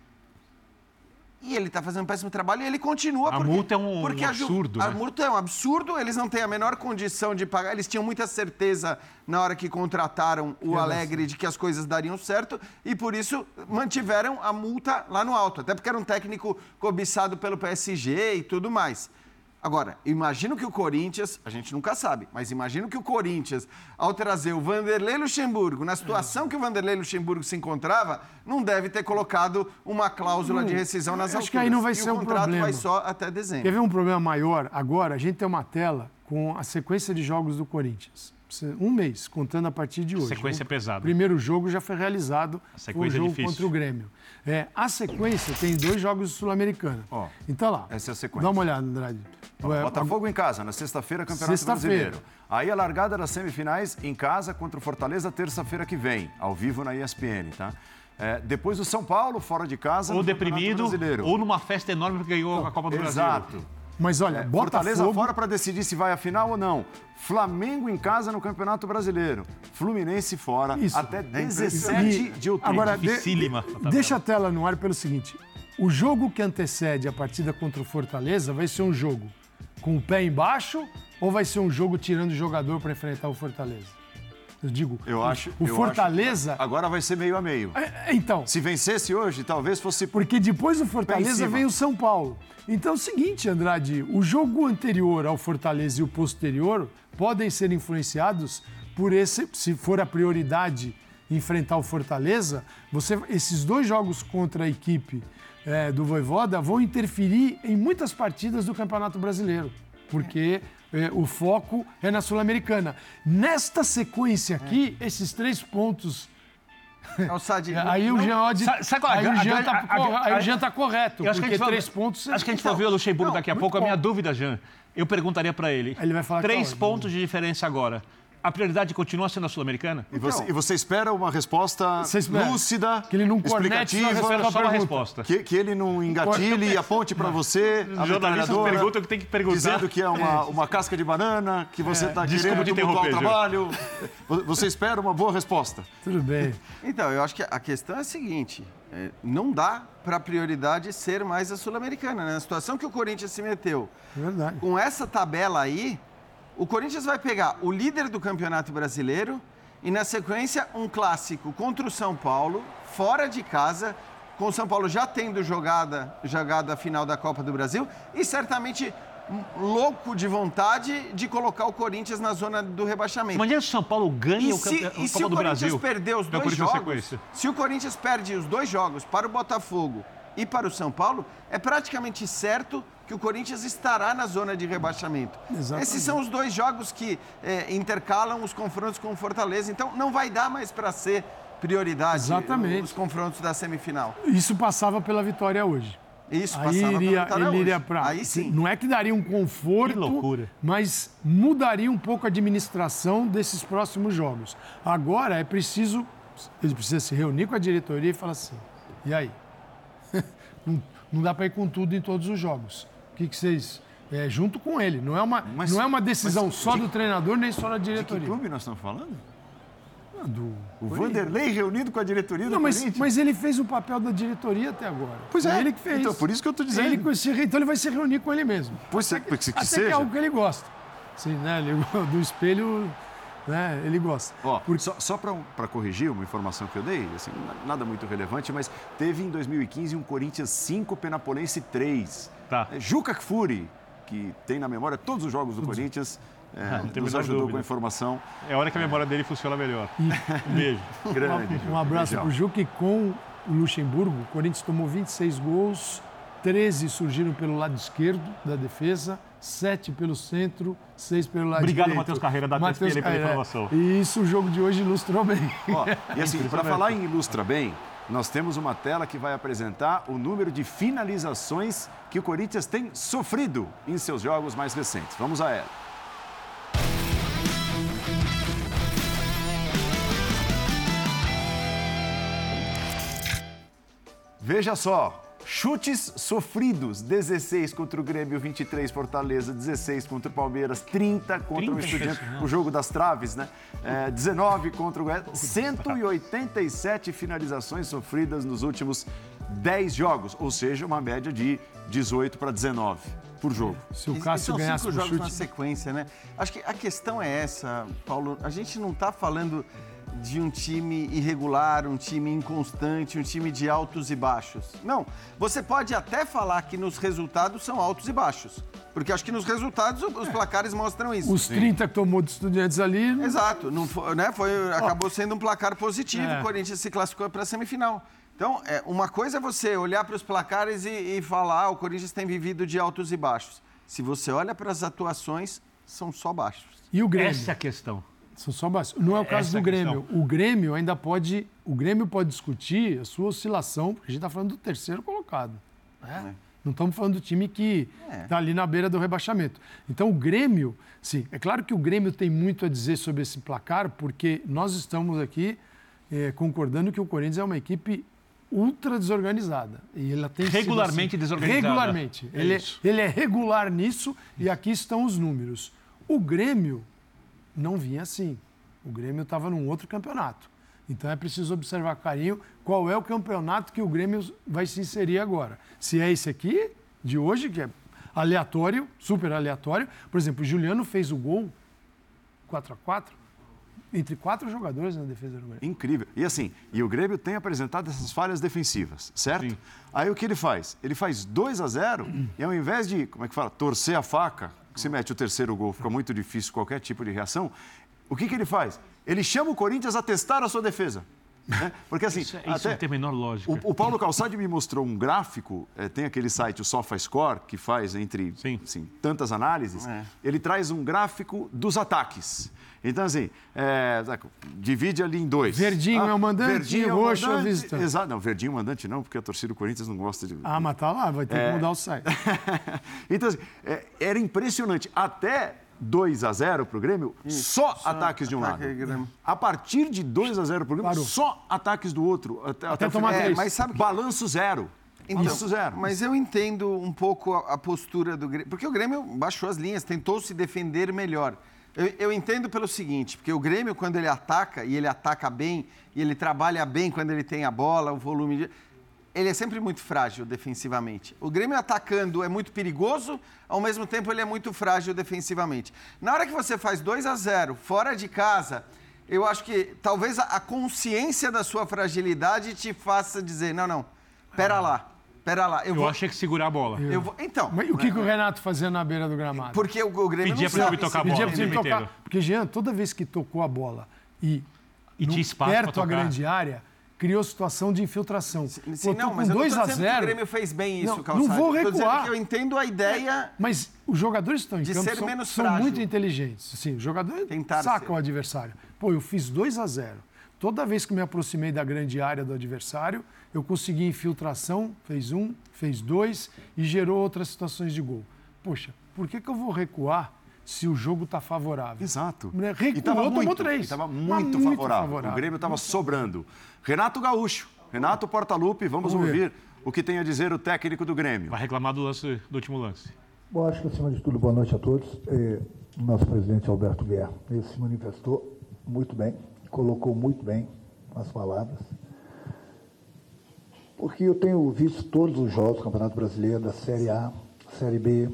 e ele está fazendo um péssimo trabalho e ele continua. A multa é um absurdo. A multa é um absurdo, eles não têm a menor condição de pagar. Eles tinham muita certeza na hora que contrataram o Allegri de que as coisas dariam certo e por isso mantiveram a multa lá no alto. Até porque era um técnico cobiçado pelo PSG e tudo mais. Agora, imagino que o Corinthians, a gente nunca sabe, mas imagino que o Corinthians, ao trazer o Vanderlei Luxemburgo, na situação que o Vanderlei Luxemburgo se encontrava, não deve ter colocado uma cláusula de rescisão nas alturas. Acho que aí não vai ser um problema. O contrato vai só até dezembro. Quer ver um problema maior? Agora, a gente tem uma tela com a sequência de jogos do Corinthians. Um mês, contando a partir de hoje. Sequência pesada. O primeiro jogo já foi realizado, foi o jogo contra o Grêmio. A sequência tem 2 jogos sul-americanos. Então lá, essa é a sequência. Dá uma olhada, Andrade. Botafogo em casa, na sexta-feira, Campeonato Brasileiro. Aí a largada das semifinais em casa contra o Fortaleza, terça-feira que vem, ao vivo na ESPN, tá? Depois o São Paulo, fora de casa, ou deprimido, ou numa festa enorme porque ganhou a Copa do Brasil. Exato. Mas olha, Fortaleza fora para decidir se vai à final ou não. Flamengo em casa no Campeonato Brasileiro. Fluminense fora até 17 de outubro. Agora, deixa a tela no ar pelo seguinte. O jogo que antecede a partida contra o Fortaleza vai ser um jogo com o pé embaixo ou vai ser um jogo tirando o jogador para enfrentar o Fortaleza? Eu digo, o Fortaleza... Agora vai ser meio a meio. Então... Se vencesse hoje, talvez fosse... Porque depois do Fortaleza vem o São Paulo. Então é o seguinte, Andrade, o jogo anterior ao Fortaleza e o posterior podem ser influenciados por se for a prioridade enfrentar o Fortaleza, esses 2 jogos contra a equipe do Vojvoda vão interferir em muitas partidas do Campeonato Brasileiro. Porque... o foco é na Sul-Americana. Nesta sequência aqui, esses 3 pontos... Aí o Jean está correto, porque 3 pontos... Acho que a gente vai ver o Luxemburgo daqui a pouco. A minha dúvida, Jean, eu perguntaria para ele. Ele vai falar 3 pontos de diferença agora. A prioridade continua sendo a Sul-Americana? E você espera uma resposta lúcida, que ele não explicativa, só uma resposta. Que ele não engatilhe e aponte para você, a metralhadora, pergunta que tem que perguntar. Dizendo que é uma casca de banana, que você está querendo tumultuar o trabalho. Você espera uma boa resposta. Tudo bem. Então, eu acho que a questão é a seguinte, não dá para a prioridade ser mais a Sul-Americana. Né? Na situação que o Corinthians se meteu, com essa tabela aí, o Corinthians vai pegar o líder do Campeonato Brasileiro e, na sequência, um clássico contra o São Paulo, fora de casa, com o São Paulo já tendo jogado a final da Copa do Brasil e certamente louco de vontade de colocar o Corinthians na zona do rebaixamento. Imagina se o São Paulo ganha a Copa do Brasil. Se o Corinthians perder os 2 jogos, se o Corinthians perde os 2 jogos para o Botafogo e para o São Paulo, é praticamente certo que o Corinthians estará na zona de rebaixamento. Exatamente. Esses são os 2 jogos que intercalam os confrontos com o Fortaleza. Então, não vai dar mais para ser prioridade os confrontos da semifinal. Isso passava pela vitória hoje. Isso, passava pela vitória hoje. Aí sim. Não é que daria um conforto, que loucura, mas mudaria um pouco a administração desses próximos jogos. Agora, ele precisa se reunir com a diretoria e falar assim, e aí? Não dá para ir com tudo em todos os jogos. O que vocês... junto com ele. Não é uma decisão só do treinador, nem só da diretoria. De que clube nós estamos falando? O Vanderlei reunido com a diretoria do Corinthians. Mas ele fez o papel da diretoria até agora. Pois é. Ele que fez. Então, por isso que eu estou dizendo. Então ele vai se reunir com ele mesmo. Pois é, porque até que é algo que ele gosta. Assim, né? Do espelho... Né? Ele gosta. Só para corrigir uma informação que eu dei, assim, nada muito relevante, mas teve em 2015 um Corinthians 5, Penapolense 3. Juca Kfouri, que tem na memória todos os jogos do Corinthians, nos ajudou com a informação. É a hora que a memória dele funciona melhor. Um beijo. Grande. Um abraço para o Juca. E com o Luxemburgo, o Corinthians tomou 26 gols, 13 surgiram pelo lado esquerdo da defesa, 7 pelo centro, 6 pelo lado direito. Obrigado, Matheus Carreira, da TSPN pela informação. E isso o jogo de hoje ilustrou bem. E assim, para falar em ilustra bem, nós temos uma tela que vai apresentar o número de finalizações que o Corinthians tem sofrido em seus jogos mais recentes. Vamos a ela. Veja só. Chutes sofridos, 16 contra o Grêmio, 23 Fortaleza, 16 contra o Palmeiras, 30 contra o Estudiantes, o jogo das traves, né? 19 contra o Goiás, 187 finalizações sofridas nos últimos 10 jogos, ou seja, uma média de 18 para 19 por jogo. Se o Cássio ganhasse 5 jogos chute na sequência, né? Acho que a questão é essa, Paulo, a gente não está falando de um time irregular, um time inconstante, um time de altos e baixos. Não, você pode até falar que nos resultados são altos e baixos, porque acho que nos resultados os placares mostram isso. Os 30 que tomou de Estudiantes ali... Exato, não foi, né? Acabou sendo um placar positivo, o Corinthians se classificou para a semifinal. Então, uma coisa é você olhar para os placares e falar, o Corinthians tem vivido de altos e baixos. Se você olha para as atuações, são só baixos. E o Grêmio? Essa é a questão. São só baixos. Não é o caso do Grêmio. O Grêmio ainda pode... O Grêmio pode discutir a sua oscilação, porque a gente está falando do terceiro colocado. Né? Não estamos falando do time que está ali na beira do rebaixamento. Então, o Grêmio... Sim, é claro que o Grêmio tem muito a dizer sobre esse placar, porque nós estamos aqui concordando que o Corinthians é uma equipe ultra desorganizada. E ela tem regularmente sido, assim, desorganizada. Regularmente. Ele é regular nisso e aqui estão os números. O Grêmio não vinha assim. O Grêmio estava num outro campeonato. Então é preciso observar com carinho qual é o campeonato que o Grêmio vai se inserir agora. Se é esse aqui, de hoje, que é aleatório, super aleatório. Por exemplo, o Juliano fez o gol 4-4 entre 4 jogadores na defesa do Grêmio. Incrível. E assim, o Grêmio tem apresentado essas falhas defensivas, certo? Sim. Aí o que ele faz? Ele faz 2-0 e ao invés de, torcer a faca, que se mete o terceiro gol, fica muito difícil qualquer tipo de reação, o que ele faz? Ele chama o Corinthians a testar a sua defesa. Né? Porque assim, isso não tem a menor lógica. O Paulo Calçade me mostrou um gráfico, tem aquele site, o SofaScore, que faz entre tantas análises, ele traz um gráfico dos ataques. Então, assim, divide ali em 2. Verdinho é o mandante e roxo é o visitante. Exato. Não, Verdinho é o mandante não, porque a torcida do Corinthians não gosta de... Ah, mas tá lá, vai ter que mudar o site. Então, assim, era impressionante. Até 2-0 para o Grêmio, só ataques de um lado. A partir de 2-0 para o Grêmio, só ataques do outro. Até tomar 3. Mas sabe que... Balanço zero. Então, balanço zero. Mas eu entendo um pouco a postura do Grêmio, porque o Grêmio baixou as linhas, tentou se defender melhor. Eu entendo pelo seguinte, porque o Grêmio, quando ele ataca, e ele ataca bem, e ele trabalha bem quando ele tem a bola, o volume... Ele é sempre muito frágil defensivamente. O Grêmio atacando é muito perigoso, ao mesmo tempo ele é muito frágil defensivamente. Na hora que você faz 2-0 fora de casa, eu acho que talvez a consciência da sua fragilidade te faça dizer, não, pera lá. Eu achei que segurar a bola. Então. Mas o que o Renato fazia na beira do gramado? Porque o Grêmio pedia para ele tocar a bola. Porque, Jean, toda vez que tocou a bola e tinha espaço perto da grande área, criou situação de infiltração. Sim, mas eu não estou dizendo que o Grêmio fez bem isso, Calçado. Não vou recuar. Estou dizendo que eu entendo a ideia... Mas os jogadores que estão em campo são muito inteligentes. Assim, os jogadores sacam o adversário. Pô, eu fiz 2-0. Toda vez que me aproximei da grande área do adversário, eu consegui infiltração, fez 1, fez 2 e gerou outras situações de gol. Poxa, por que eu vou recuar se o jogo está favorável? Exato. Recuou, tomou 3. Estava muito favorável. O Grêmio estava sobrando. Renato Gaúcho, Renato Portaluppi, vamos ouvir o que tem a dizer o técnico do Grêmio. Vai reclamar do último lance. Bom, acho que, acima de tudo, boa noite a todos. O nosso presidente Alberto Guerra, ele se manifestou muito bem, colocou muito bem as palavras, porque eu tenho visto todos os jogos do Campeonato Brasileiro, da Série A, Série B,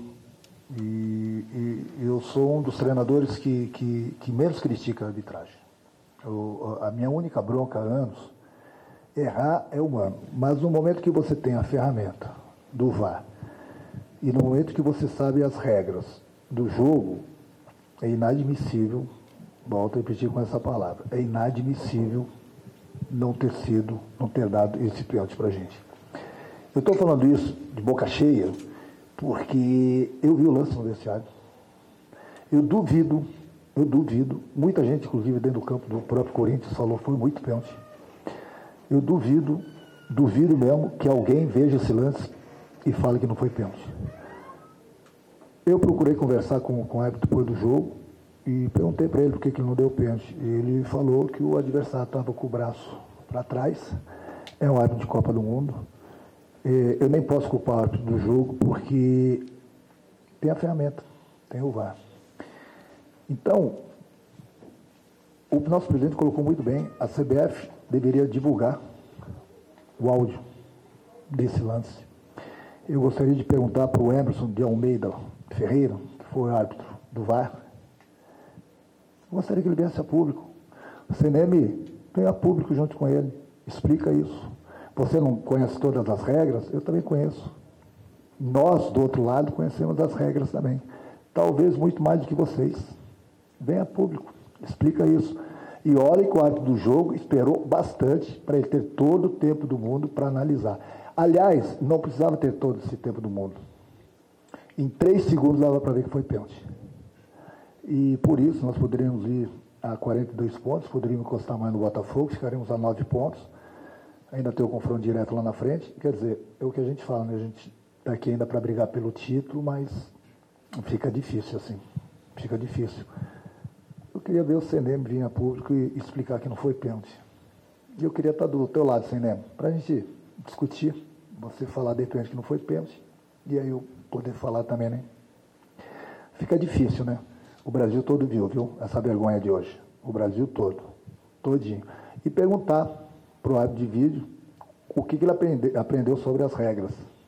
e eu sou um dos treinadores que menos critica a arbitragem. A minha única bronca há anos, errar é humano, mas no momento que você tem a ferramenta do VAR e no momento que você sabe as regras do jogo, é inadmissível, volto a repetir com essa palavra, é inadmissível não ter dado esse pênalti pra gente. Eu estou falando isso de boca cheia porque eu vi o lance no vestiário. Eu duvido, muita gente, inclusive dentro do campo do próprio Corinthians, falou que foi muito pênalti. Eu duvido mesmo que alguém veja esse lance e fale que não foi pênalti. Eu procurei conversar com o árbitro depois do jogo e perguntei para ele por que ele não deu pênalti. Ele falou que o adversário estava com o braço para trás, é um árbitro de Copa do Mundo, Eu nem posso culpar o árbitro do jogo, porque tem a ferramenta, tem o VAR. Então, o nosso presidente colocou muito bem, a CBF deveria divulgar o áudio desse lance. Eu gostaria de perguntar para o Emerson de Almeida Ferreira, que foi o árbitro do VAR, gostaria que ele viesse a público. O CNM tem a público junto com ele, explica isso. Você não conhece todas as regras? Eu também conheço. Nós, do outro lado, conhecemos as regras também. Talvez muito mais do que vocês. Venha a público, explica isso. E olha que o árbitro do jogo esperou bastante para ele ter todo o tempo do mundo para analisar. Aliás, não precisava ter todo esse tempo do mundo. Em 3 segundos dava para ver que foi pênalti. E por isso nós poderíamos ir a 42 pontos, poderíamos encostar mais no Botafogo, ficaríamos a 9 pontos. Ainda tem o confronto direto lá na frente. Quer dizer, é o que a gente fala, né? A gente está aqui ainda para brigar pelo título, mas fica difícil assim. Fica difícil. Eu queria ver o CNM vir a público e explicar que não foi pênalti. E eu queria estar do teu lado, CNM, para a gente discutir, você falar de repente que não foi pênalti, e aí eu poder falar também, né? Fica difícil, né? O Brasil todo viu essa vergonha de hoje. O Brasil todo, todinho. E perguntar para o árbitro de vídeo o que ele aprendeu sobre as regras.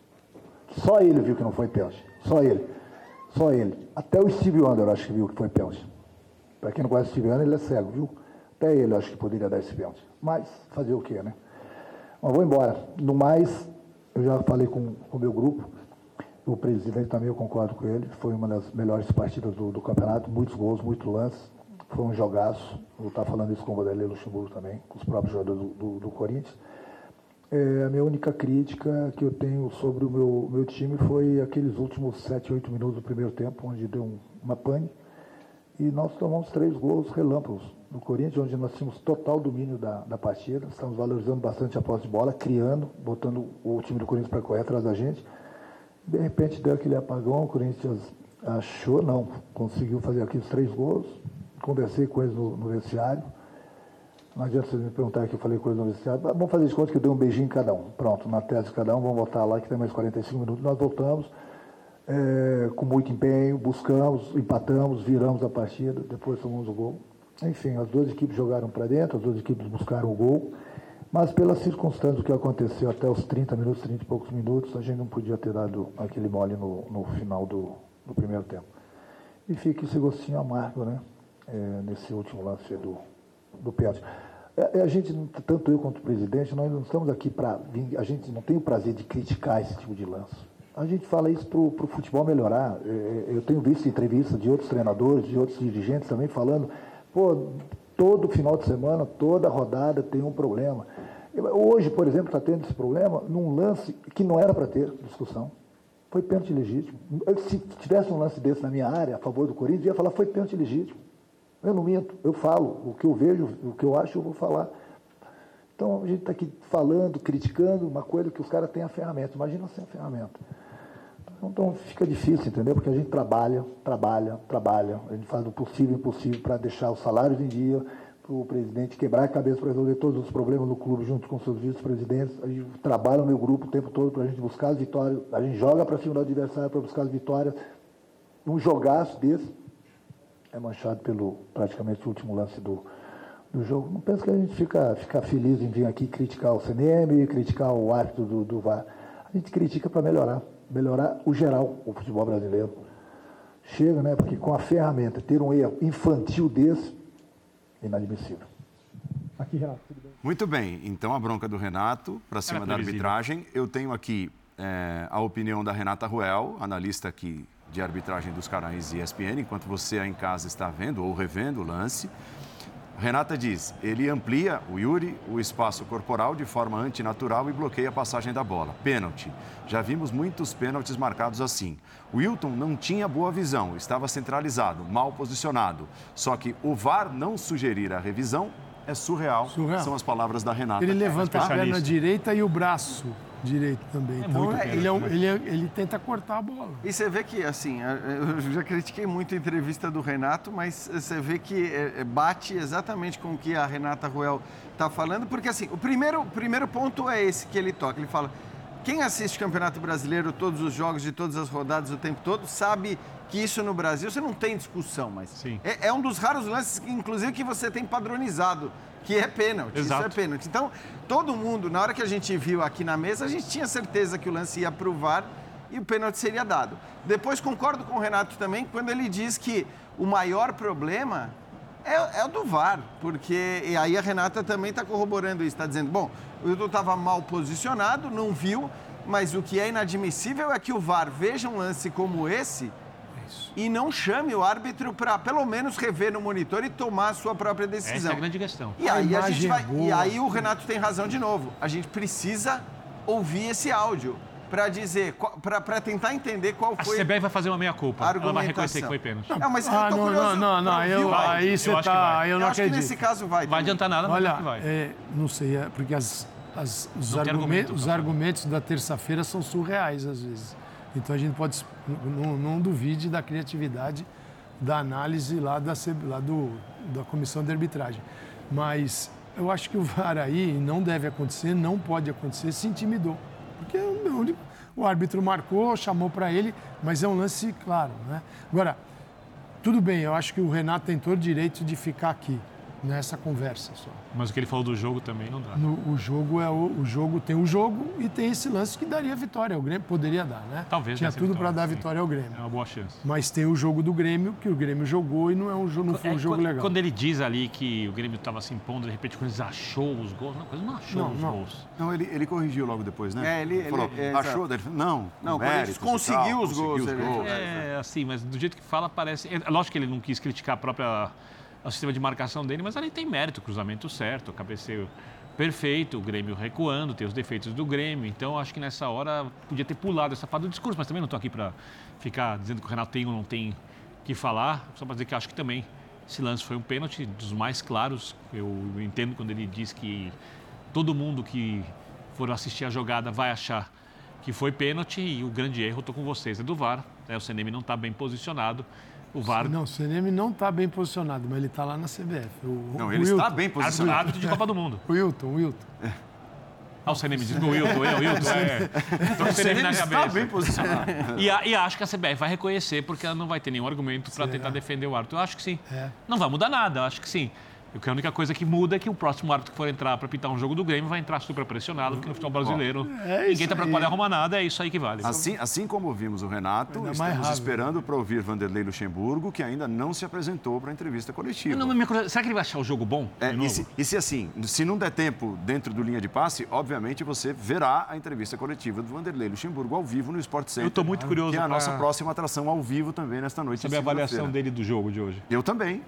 Só ele viu que não foi pênalti. Só ele. Só ele. Até o Steve Wonder acho que viu que foi pênalti. Para quem não conhece o Steve Wonder, ele é cego, viu? Até ele acho que poderia dar esse pênalti. Mas fazer o quê, né? Mas vou embora. No mais, eu já falei com o meu grupo. O presidente também, eu concordo com ele. Foi uma das melhores partidas do campeonato. Muitos gols, muitos lances. Foi um jogaço. Eu estava falando isso com o Vanderlei Luxemburgo também, com os próprios jogadores do Corinthians. A minha única crítica que eu tenho sobre o meu time foi aqueles últimos 7, 8 minutos do primeiro tempo, onde deu uma pane. E nós tomamos 3 gols relâmpagos no Corinthians, onde nós tínhamos total domínio da partida. Estamos valorizando bastante a posse de bola, criando, botando o time do Corinthians para correr atrás da gente. De repente deu aquele apagão, o Corinthians achou, não, conseguiu fazer aqueles 3 gols. Conversei com eles no vestiário. Não adianta vocês me perguntarem que eu falei com eles no vestiário. Vamos fazer de conta que eu dei um beijinho em cada um. Pronto, na tese de cada um, vamos voltar lá que tem mais 45 minutos. Nós voltamos com muito empenho, buscamos, empatamos, viramos a partida, depois tomamos o gol. Enfim, as 2 equipes jogaram para dentro, as 2 equipes buscaram o gol. Mas pelas circunstâncias do que aconteceu até os 30 minutos, 30 e poucos minutos, a gente não podia ter dado aquele mole no final do primeiro tempo. E fica esse gostinho amargo, né? Nesse último lance do pênalti. A gente, tanto eu quanto o presidente, nós não estamos aqui para vir, a gente não tem o prazer de criticar esse tipo de lance. A gente fala isso para o futebol melhorar. Eu tenho visto entrevistas de outros treinadores, de outros dirigentes também falando, todo final de semana, toda rodada tem um problema. Hoje, por exemplo, está tendo esse problema num lance que não era para ter discussão. Foi pênalti legítimo. Se tivesse um lance desse na minha área, a favor do Corinthians, eu ia falar, foi pênalti legítimo. Eu não minto, eu falo. O que eu vejo, o que eu acho, eu vou falar. Então, a gente está aqui falando, criticando uma coisa que os caras têm a ferramenta. Imagina sem a ferramenta. Então, fica difícil, entendeu? Porque a gente trabalha. A gente faz o possível e impossível para deixar os salários em dia, para o presidente quebrar a cabeça para resolver todos os problemas no clube junto com seus vice-presidentes. A gente trabalha no meu grupo o tempo todo para a gente buscar as vitórias. A gente joga para cima do adversário para buscar as vitórias. Um jogaço desse é manchado pelo praticamente o último lance do jogo. Não penso que a gente fica feliz em vir aqui criticar o CNM, criticar o árbitro do VAR. A gente critica para melhorar o geral, o futebol brasileiro. Chega, né? Porque com a ferramenta, ter um erro infantil desse, inadmissível. Aqui, Renato, tudo bem? Muito bem, então a bronca do Renato para cima da arbitragem. Eu tenho aqui a opinião da Renata Ruel, analista aqui de arbitragem dos canais ESPN, enquanto você aí em casa está vendo ou revendo o lance. Renata diz, ele amplia, o Yuri, o espaço corporal de forma antinatural e bloqueia a passagem da bola. Pênalti. Já vimos muitos pênaltis marcados assim. O Wilton não tinha boa visão, estava centralizado, mal posicionado. Só que o VAR não sugerir a revisão é surreal. São as palavras da Renata. Ele levanta a perna direita e o braço direito também. Então, ele tenta cortar a bola. E você vê que, assim, eu já critiquei muito a entrevista do Renato, mas você vê que bate exatamente com o que a Renata Ruel está falando, porque, assim, o primeiro ponto é esse que ele toca. Ele fala, quem assiste o Campeonato Brasileiro, todos os jogos de todas as rodadas o tempo todo, sabe que isso no Brasil você não tem discussão, mas é um dos raros lances, inclusive, que você tem padronizado, que é pênalti. Exato. Isso é pênalti. Então, todo mundo, na hora que a gente viu aqui na mesa, a gente tinha certeza que o lance ia pro VAR e o pênalti seria dado. Depois, concordo com o Renato também, quando ele diz que o maior problema é o do VAR, porque... E aí a Renata também está corroborando isso, está dizendo, bom, o Hilton estava mal posicionado, não viu, mas o que é inadmissível é que o VAR veja um lance como esse e não chame o árbitro para, pelo menos, rever no monitor e tomar a sua própria decisão. Essa é a grande questão. E aí, a gente vai, e aí o Renato tem razão de novo. A gente precisa ouvir esse áudio para dizer, para tentar entender qual foi a CBF vai fazer uma meia-culpa. Ela vai reconhecer que foi pênalti. Não, mas eu tô curioso. Aí você tá... Eu não acho acredito. que nesse caso vai. Não vai adiantar nada, mas olha, que vai. Não sei, porque os argumentos da terça-feira são surreais, às vezes. Então, a gente pode... Não duvide da criatividade da análise lá da comissão de arbitragem. Mas eu acho que o VAR aí não deve acontecer, não pode acontecer, se intimidou. Porque o árbitro marcou, chamou para ele, mas é um lance claro, né? Agora, tudo bem, eu acho que o Renato tem todo o direito de ficar aqui, nessa conversa só. Mas o que ele falou do jogo também não dá. O jogo tem o jogo e tem esse lance que daria vitória. O Grêmio poderia dar, né? Talvez. Tinha tudo para dar vitória ao Grêmio. É uma boa chance. Mas tem o jogo do Grêmio, que o Grêmio jogou e não foi um jogo legal. Quando ele diz ali que o Grêmio estava se impondo, de repente, quando eles achou os gols, não achou os gols. Não, ele corrigiu logo depois, né? Ele falou, achou? Ele falou, não, quando ele conseguiu os gols. Assim, mas do jeito que fala, parece... Lógico que ele não quis criticar o sistema de marcação dele, mas ali tem mérito, cruzamento certo, cabeceio perfeito, o Grêmio recuando, tem os defeitos do Grêmio. Então, acho que nessa hora podia ter pulado essa parte do discurso, mas também não estou aqui para ficar dizendo que o Renato tem ou não tem que falar, só para dizer que acho que também esse lance foi um pênalti dos mais claros. Eu entendo quando ele diz que todo mundo que for assistir a jogada vai achar que foi pênalti e o grande erro, estou com vocês, é do VAR. O CNM não está bem posicionado. O VAR... Não, o CNM não está bem posicionado, mas ele está lá na CBF. Ele está bem posicionado. Árbitro de Copa do Mundo. O Wilton. O CNM diz o Wilton. Então, o CNM na cabeça. Está bem posicionado. E acho que a CBF vai reconhecer, porque ela não vai ter nenhum argumento para tentar defender o árbitro. Eu acho que sim. Não vai mudar nada, eu acho que sim. A única coisa que muda é que o próximo árbitro que for entrar para pitar um jogo do Grêmio vai entrar super pressionado, porque no futebol brasileiro ninguém está preocupado em arrumar nada, é isso aí que vale. Assim como ouvimos o Renato, estamos esperando para ouvir Vanderlei Luxemburgo, que ainda não se apresentou para a entrevista coletiva. Será que ele vai achar o jogo bom? Se não der tempo dentro do linha de passe, obviamente você verá a entrevista coletiva do Vanderlei Luxemburgo ao vivo no Sport Center. Eu estou muito curioso. Que é a nossa próxima atração ao vivo também nesta noite. Saber a avaliação dele do jogo de hoje. Eu também.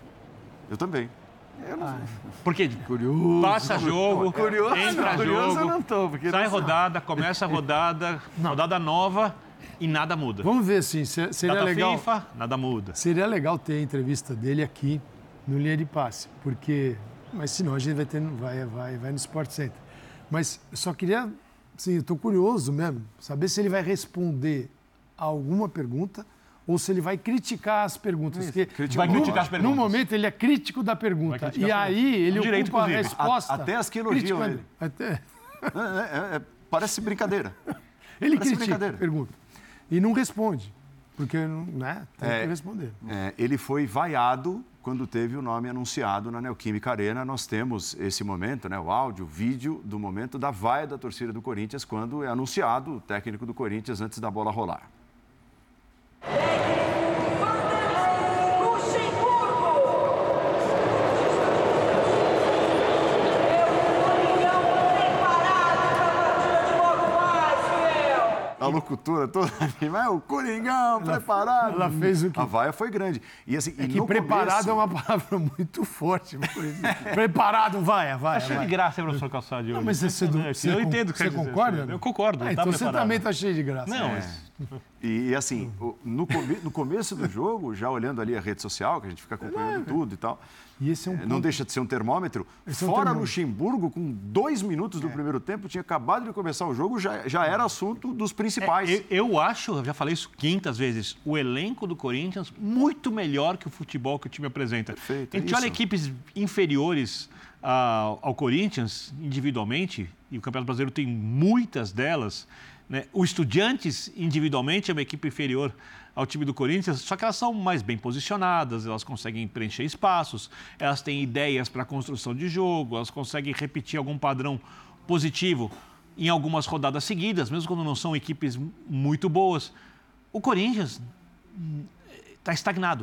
Porque curioso, passa jogo, entra jogo, eu não tô, sai rodada, começa a rodada nova e nada muda. Vamos ver, sim, seria Data legal. FIFA, nada muda. Seria legal ter a entrevista dele aqui no Linha de Passe, mas senão a gente vai no Sport Center. Mas eu só queria, sim, eu estou curioso mesmo, saber se ele vai responder a alguma pergunta ou se ele vai criticar as perguntas. Vai criticar as perguntas. No momento, ele é crítico da pergunta. E aí, ele ocupa a resposta. Até as que elogiam ele. Parece brincadeira. Ele critica a pergunta. E não responde. Porque tem que responder. Ele foi vaiado quando teve o nome anunciado na Neoquímica Arena. Nós temos esse momento, o áudio, o vídeo do momento da vaia da torcida do Corinthians quando é anunciado o técnico do Corinthians antes da bola rolar. A locutora toda, mas o Coringão, preparado. Ela fez o que? A vaia foi grande. E assim, preparado é uma palavra muito forte. Preparado, vai. Achei de graça, professor Calçado. Não, mas eu entendo que você concorda? Eu concordo. Então você também está cheio de graça. Não, mas... E assim, no começo do jogo, já olhando ali a rede social, que a gente fica acompanhando tudo e tal, e esse é um não deixa de ser um termômetro. Fora Luxemburgo, com 2 minutos do primeiro tempo, tinha acabado de começar o jogo, já era assunto dos principais. Eu acho, já falei isso 500 vezes, o elenco do Corinthians muito melhor que o futebol que o time apresenta. Perfeito, a gente olha equipes inferiores ao Corinthians, individualmente, e o Campeonato Brasileiro tem muitas delas, né? O Estudiantes, individualmente, é uma equipe inferior ao time do Corinthians, só que elas são mais bem posicionadas, elas conseguem preencher espaços, elas têm ideias para a construção de jogo, elas conseguem repetir algum padrão positivo em algumas rodadas seguidas, mesmo quando não são equipes muito boas. O Corinthians está estagnado.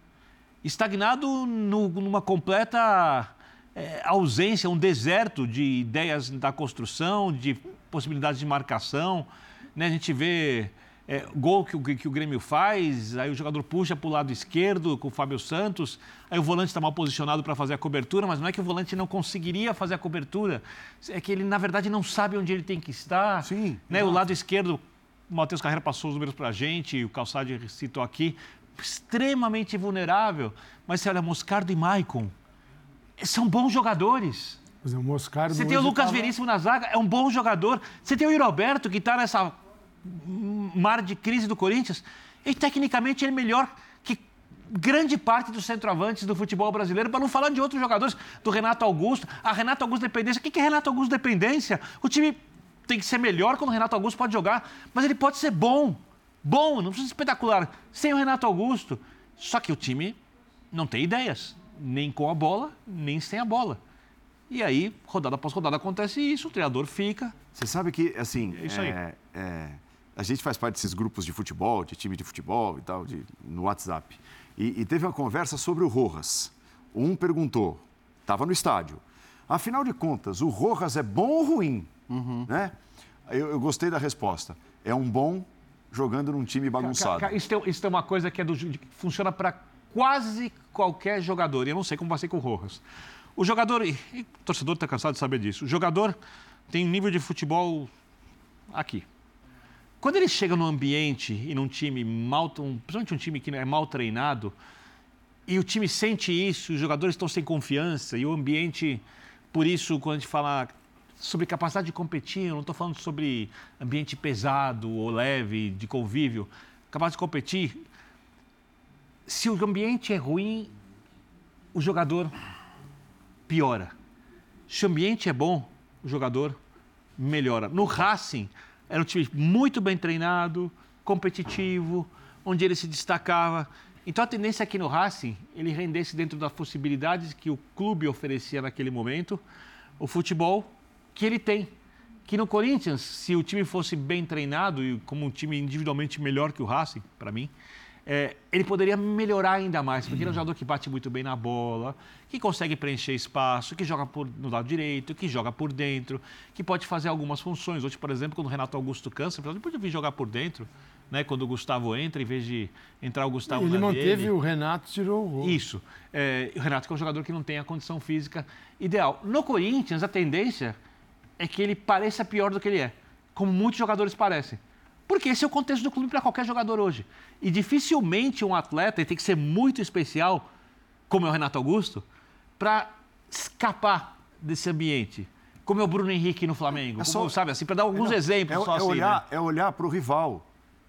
Estagnado numa completa ausência, um deserto de ideias da construção, de possibilidades de marcação, né? A gente vê gol que o Grêmio faz, aí o jogador puxa para o lado esquerdo com o Fábio Santos, aí o volante está mal posicionado para fazer a cobertura, mas não é que o volante não conseguiria fazer a cobertura, é que ele, na verdade, não sabe onde ele tem que estar. Sim, né? O lado esquerdo, o Matheus Carreira passou os números para a gente, o Calçade citou aqui, extremamente vulnerável, mas você olha, Moscardo e Maicon, são bons jogadores. Mas o Moscardo você tem o Lucas Veríssimo na zaga, é um bom jogador. Você tem o Yuri Alberto, que está nessa mar de crise do Corinthians, e tecnicamente ele é melhor que grande parte dos centroavantes do futebol brasileiro, para não falar de outros jogadores, do Renato Augusto. A Renato Augusto dependência, o que é Renato Augusto dependência? O time tem que ser melhor quando o Renato Augusto pode jogar, mas ele pode ser bom, não precisa ser espetacular, sem o Renato Augusto. Só que o time não tem ideias, nem com a bola, nem sem a bola. E aí, rodada após rodada, acontece isso, o treinador fica. Você sabe que, assim, é isso aí. A gente faz parte desses grupos de futebol, de time de futebol e tal, no WhatsApp. E teve uma conversa sobre o Rojas. Um perguntou, estava no estádio, afinal de contas, o Rojas é bom ou ruim? Né? Eu gostei da resposta. É um bom jogando num time bagunçado. Isso é uma coisa que funciona para quase qualquer jogador. E eu não sei como vai ser com o Rojas. O jogador, e o torcedor está cansado de saber disso, o jogador tem um nível de futebol aqui. Quando ele chega num ambiente e num time principalmente um time que é mal treinado, e o time sente isso, os jogadores estão sem confiança, e o ambiente, por isso, quando a gente fala sobre capacidade de competir, eu não estou falando sobre ambiente pesado ou leve, de convívio, capacidade de competir. Se o ambiente é ruim, o jogador piora. Se o ambiente é bom, o jogador melhora. No Racing, era um time muito bem treinado, competitivo, onde ele se destacava. Então, a tendência é que no Racing, ele rendesse dentro das possibilidades que o clube oferecia naquele momento, o futebol que ele tem. Que no Corinthians, se o time fosse bem treinado, e como um time individualmente melhor que o Racing, para mim, ele poderia melhorar ainda mais, porque ele é um jogador que bate muito bem na bola, que consegue preencher espaço, que joga no lado direito, que joga por dentro, que pode fazer algumas funções. Hoje, por exemplo, quando o Renato Augusto cansa, ele pode vir jogar por dentro, né? Quando o Gustavo entra, em vez de entrar o Gustavo ele manteve o Renato, tirou o gol. Isso. O Renato que é um jogador que não tem a condição física ideal. No Corinthians, a tendência é que ele pareça pior do que ele é, como muitos jogadores parecem. Porque esse é o contexto do clube para qualquer jogador hoje. E dificilmente um atleta tem que ser muito especial, como é o Renato Augusto, para escapar desse ambiente. Como é o Bruno Henrique no Flamengo. Sabe, assim, para dar alguns exemplos. É olhar para o rival.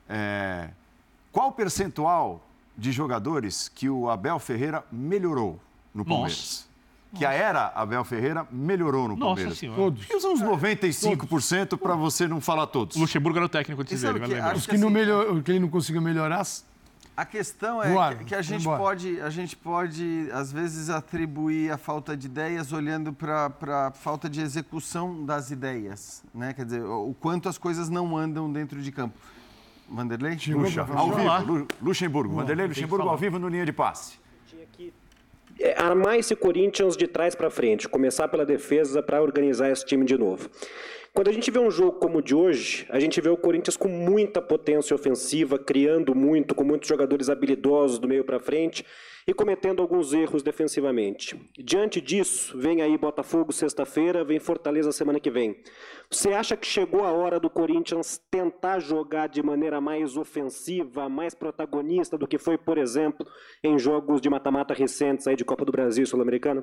Qual o percentual de jogadores que o Abel Ferreira melhorou no Palmeiras? Que a era Abel Ferreira melhorou no Palmeiras. Nossa Senhora. Todos. E uns 95% para você não falar todos. O Luxemburgo era o técnico de ele, vai lembrar. Os que ele não conseguiu melhorar... A questão é que a gente pode, às vezes, atribuir a falta de ideias olhando para a falta de execução das ideias, né? Quer dizer, o quanto as coisas não andam dentro de campo. Vanderlei? Luxa, ao vivo. Luxemburgo. Vanderlei Luxemburgo ao vivo no Linha de Passe. Armar esse Corinthians de trás para frente, começar pela defesa para organizar esse time de novo. Quando a gente vê um jogo como o de hoje, a gente vê o Corinthians com muita potência ofensiva, criando muito, com muitos jogadores habilidosos do meio para frente e cometendo alguns erros defensivamente. Diante disso, vem aí Botafogo sexta-feira, vem Fortaleza semana que vem. Você acha que chegou a hora do Corinthians tentar jogar de maneira mais ofensiva, mais protagonista do que foi, por exemplo, em jogos de mata-mata recentes aí de Copa do Brasil e Sul-Americana?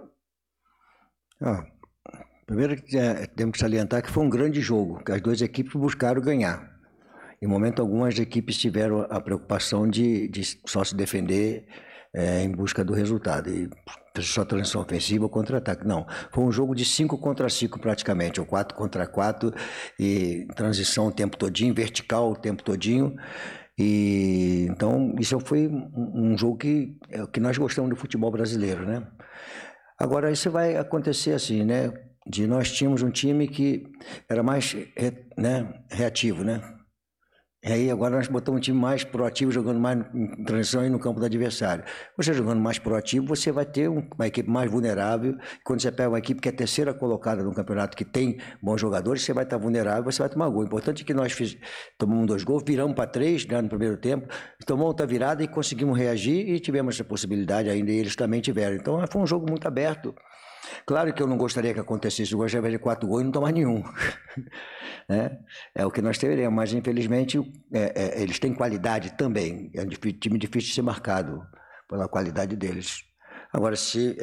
Primeiro, temos que salientar que foi um grande jogo, que as duas equipes buscaram ganhar. Em momento algum, as equipes tiveram a preocupação de só se defender em busca do resultado. E só transição ofensiva ou contra-ataque. Não, foi um jogo de 5 contra 5 praticamente, ou 4 contra 4, e transição o tempo todinho, vertical o tempo todinho. E então isso foi um jogo que nós gostamos do futebol brasileiro, né? Agora isso vai acontecer assim, né? Nós tínhamos um time que era mais reativo, né? E aí agora nós botamos um time mais proativo, jogando mais em transição e no campo do adversário. Você jogando mais proativo, você vai ter uma equipe mais vulnerável. Quando você pega uma equipe que é terceira colocada no campeonato, que tem bons jogadores, você vai estar vulnerável, você vai tomar gol. O importante é que nós tomamos 2 gols, viramos para 3, né, no primeiro tempo, tomamos outra virada e conseguimos reagir e tivemos essa possibilidade ainda, e eles também tiveram. Então foi um jogo muito aberto. Claro que eu não gostaria que acontecesse, eu gostaria de 4 gols e não tomar nenhum. Né? É o que nós teríamos, mas infelizmente eles têm qualidade também. É um time difícil de ser marcado pela qualidade deles. Agora, se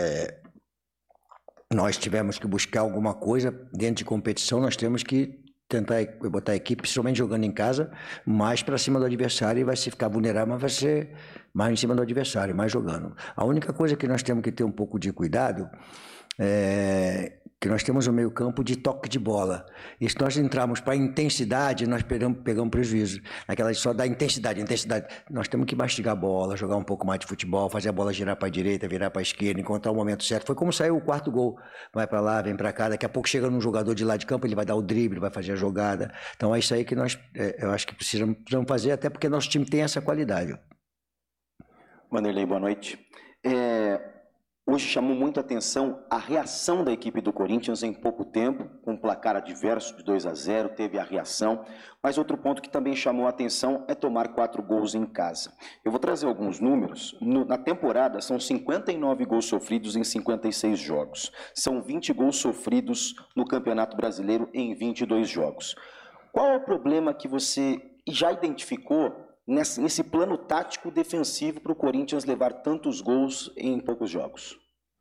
nós tivermos que buscar alguma coisa dentro de competição, nós temos que tentar botar a equipe, principalmente jogando em casa, mais para cima do adversário, e vai se ficar vulnerável, mas vai ser mais em cima do adversário, mais jogando. A única coisa que nós temos que ter um pouco de cuidado é que nós temos um meio campo de toque de bola. E se nós entrarmos para a intensidade, nós pegamos prejuízo. Aquela só da intensidade. Nós temos que mastigar a bola, jogar um pouco mais de futebol, fazer a bola girar para a direita, virar para a esquerda, encontrar o momento certo. Foi como saiu o 4º gol. Vai para lá, vem para cá, daqui a pouco chega num jogador de lá de campo, ele vai dar o drible, vai fazer a jogada. Então é isso aí que nós, eu acho que precisamos fazer, até porque nosso time tem essa qualidade. Vanderlei, boa noite. Hoje chamou muito a atenção a reação da equipe do Corinthians em pouco tempo, com um placar adverso de 2-0, teve a reação, mas outro ponto que também chamou a atenção é tomar 4 gols em casa. Eu vou trazer alguns números. Na temporada são 59 gols sofridos em 56 jogos, são 20 gols sofridos no Campeonato Brasileiro em 22 jogos. Qual é o problema que você já identificou nesse plano tático defensivo para o Corinthians levar tantos gols em poucos jogos?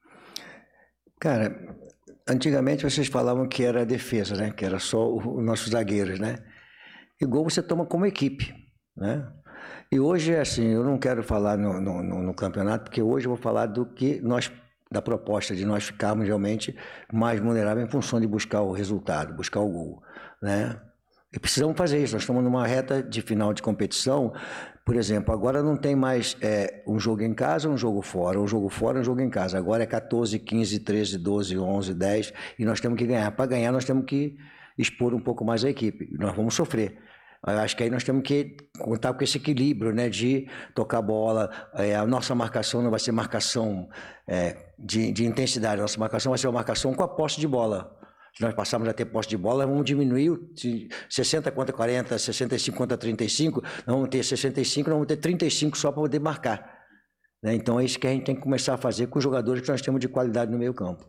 Cara, antigamente vocês falavam que era a defesa, né? Que era só os nossos zagueiros, né? E gol você toma como equipe, né? E hoje é assim, eu não quero falar no campeonato, porque hoje eu vou falar da proposta de nós ficarmos realmente mais vulneráveis em função de buscar o resultado, buscar o gol, né? E precisamos fazer isso. Nós estamos numa reta de final de competição. Por exemplo, agora não tem mais um jogo em casa, um jogo fora, um jogo fora, um jogo em casa. Agora é 14, 15, 13, 12, 11, 10 e nós temos que ganhar. Para ganhar, nós temos que expor um pouco mais a equipe. Nós vamos sofrer. Eu acho que aí nós temos que contar com esse equilíbrio, né, de tocar a bola. A nossa marcação não vai ser marcação de intensidade. A nossa marcação vai ser uma marcação com a posse de bola. Se nós passarmos a ter posse de bola, vamos diminuir de 60 contra 40, 65 contra 35, nós vamos ter 65, nós vamos ter 35 só para poder marcar. Né? Então é isso que a gente tem que começar a fazer com os jogadores que nós temos de qualidade no meio campo.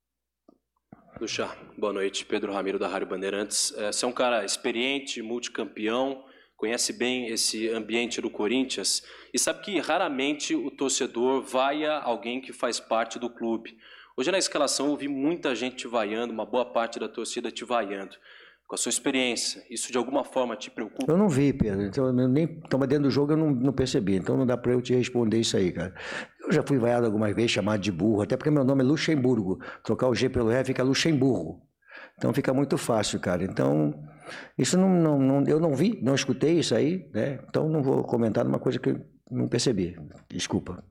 Lucha, boa noite. Pedro Ramiro, da Rádio Bandeirantes. Você é um cara experiente, multicampeão, conhece bem esse ambiente do Corinthians e sabe que raramente o torcedor vaia alguém que faz parte do clube. Hoje na escalação eu vi muita gente te vaiando, uma boa parte da torcida te vaiando. Com a sua experiência, isso de alguma forma te preocupa? Eu não vi, Pedro. Então, eu nem estava dentro do jogo, eu não percebi. Então não dá para eu te responder isso aí, cara. Eu já fui vaiado algumas vezes, chamado de burro, até porque meu nome é Luxemburgo. Trocar o G pelo Ré fica Luxemburgo. Então fica muito fácil, cara. Então, isso eu não vi, não escutei isso aí, né? Então não vou comentar numa coisa que eu não percebi. Desculpa.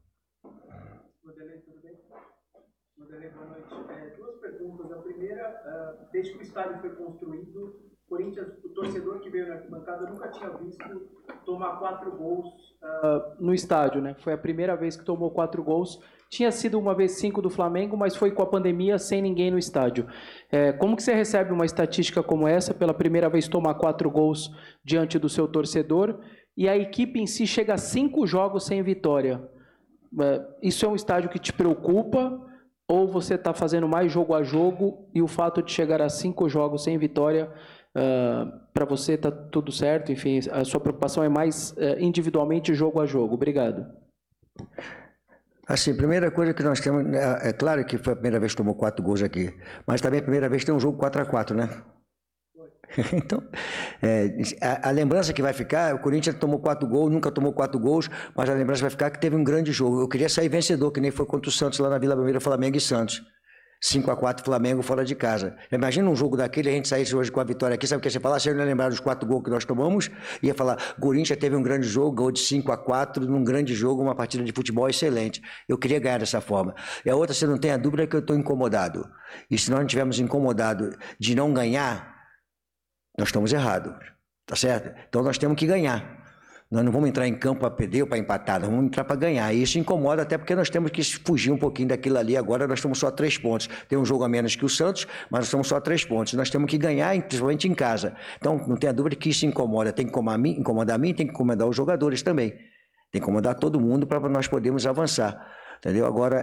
Desde que o estádio foi construído, Corinthians, o torcedor que veio na arquibancada nunca tinha visto tomar 4 gols no estádio, né? Foi a primeira vez que tomou 4 gols. Tinha sido uma vez 5 do Flamengo, mas foi com a pandemia, sem ninguém no estádio. Como que você recebe uma estatística como essa, pela primeira vez tomar 4 gols diante do seu torcedor, e a equipe em si chega a 5 jogos sem vitória? Isso é um estádio que te preocupa? Ou você está fazendo mais jogo a jogo e o fato de chegar a 5 jogos sem vitória, para você está tudo certo? Enfim, a sua preocupação é mais individualmente jogo a jogo. Obrigado. Assim, primeira coisa que nós temos, é claro que foi a primeira vez que tomou 4 gols aqui, mas também a primeira vez que tem um jogo 4-4, né? Então, a lembrança que vai ficar, o Corinthians tomou 4 gols, nunca tomou 4 gols, mas a lembrança vai ficar que teve um grande jogo. Eu queria sair vencedor, que nem foi contra o Santos lá na Vila Belmiro, Flamengo e Santos. 5-4 Flamengo fora de casa. Imagina um jogo daquele, a gente saísse hoje com a vitória aqui, sabe o que você falar? Se eu não lembrar dos 4 gols que nós tomamos, ia falar, Corinthians teve um grande jogo, gol de 5-4, num grande jogo, uma partida de futebol excelente. Eu queria ganhar dessa forma. E a outra, você não tem a dúvida que eu estou incomodado. E se nós não estivermos incomodados de não ganhar, nós estamos errados, tá certo? Então nós temos que ganhar. Nós não vamos entrar em campo para perder ou para empatar, nós vamos entrar para ganhar. E isso incomoda até porque nós temos que fugir um pouquinho daquilo ali. Agora nós estamos só a 3 pontos. Tem um jogo a menos que o Santos, mas nós estamos só a 3 pontos. Nós temos que ganhar, principalmente em casa. Então não tenha dúvida que isso incomoda. Tem que incomodar a mim, tem que incomodar os jogadores também. Tem que incomodar todo mundo para nós podermos avançar. Entendeu? Agora,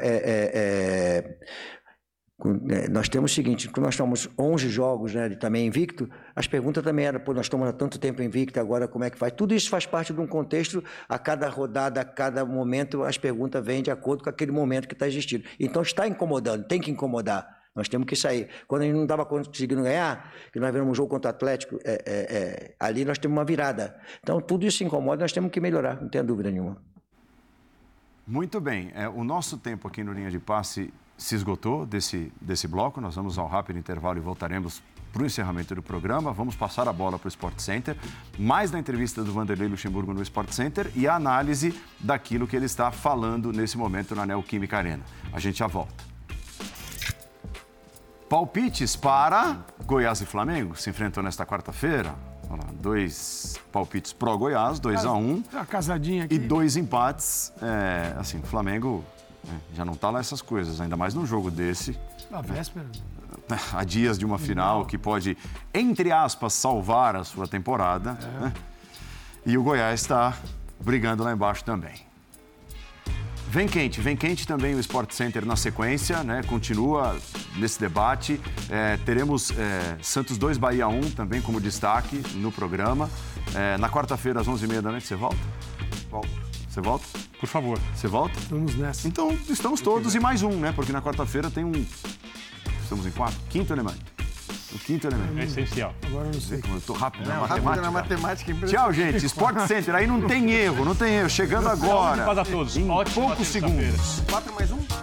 nós temos o seguinte, quando nós estamos 11 jogos, né, também invicto, as perguntas também eram, pô, nós estamos há tanto tempo invicto, agora como é que faz? Tudo isso faz parte de um contexto, a cada rodada, a cada momento, as perguntas vêm de acordo com aquele momento que está existindo. Então está incomodando, tem que incomodar, nós temos que sair. Quando a gente não estava conseguindo ganhar, que nós vimos um jogo contra o Atlético, ali nós temos uma virada. Então tudo isso incomoda, nós temos que melhorar, não tenha dúvida nenhuma. Muito bem, o nosso tempo aqui no Linha de Passe se esgotou desse bloco. Nós vamos ao rápido intervalo e voltaremos para o encerramento do programa. Vamos passar a bola para o Sport Center, mais da entrevista do Vanderlei Luxemburgo no Sport Center e a análise daquilo que ele está falando nesse momento na Neoquímica Arena. A gente já volta. Palpites para Goiás e Flamengo se enfrentam nesta quarta-feira. 2 palpites pró-Goiás, 2-1. A casadinha aqui. E 2 empates. Assim, o Flamengo já não está lá essas coisas, ainda mais num jogo desse. Na véspera. Há dias de uma final que pode, entre aspas, salvar a sua temporada. Né? E o Goiás está brigando lá embaixo também. Vem quente também o Sport Center na sequência, né? Continua nesse debate. Teremos Santos 2, Bahia 1 também como destaque no programa. Na quarta-feira, às 11h30 da noite, você volta? Volto. Você volta? Por favor. Você volta? Estamos nessa. Então, estamos todos e mais um, né? Porque na quarta-feira tem um... Estamos em 4? 5º elemento. O 5º elemento. É essencial. Agora eu não sei. Eu tô rápido na Rápido matemática. na matemática. Tchau, gente. Sport Center, aí não tem erro. Chegando agora. Paz a todos. Em Ótima poucos segundos. 4 mais 1?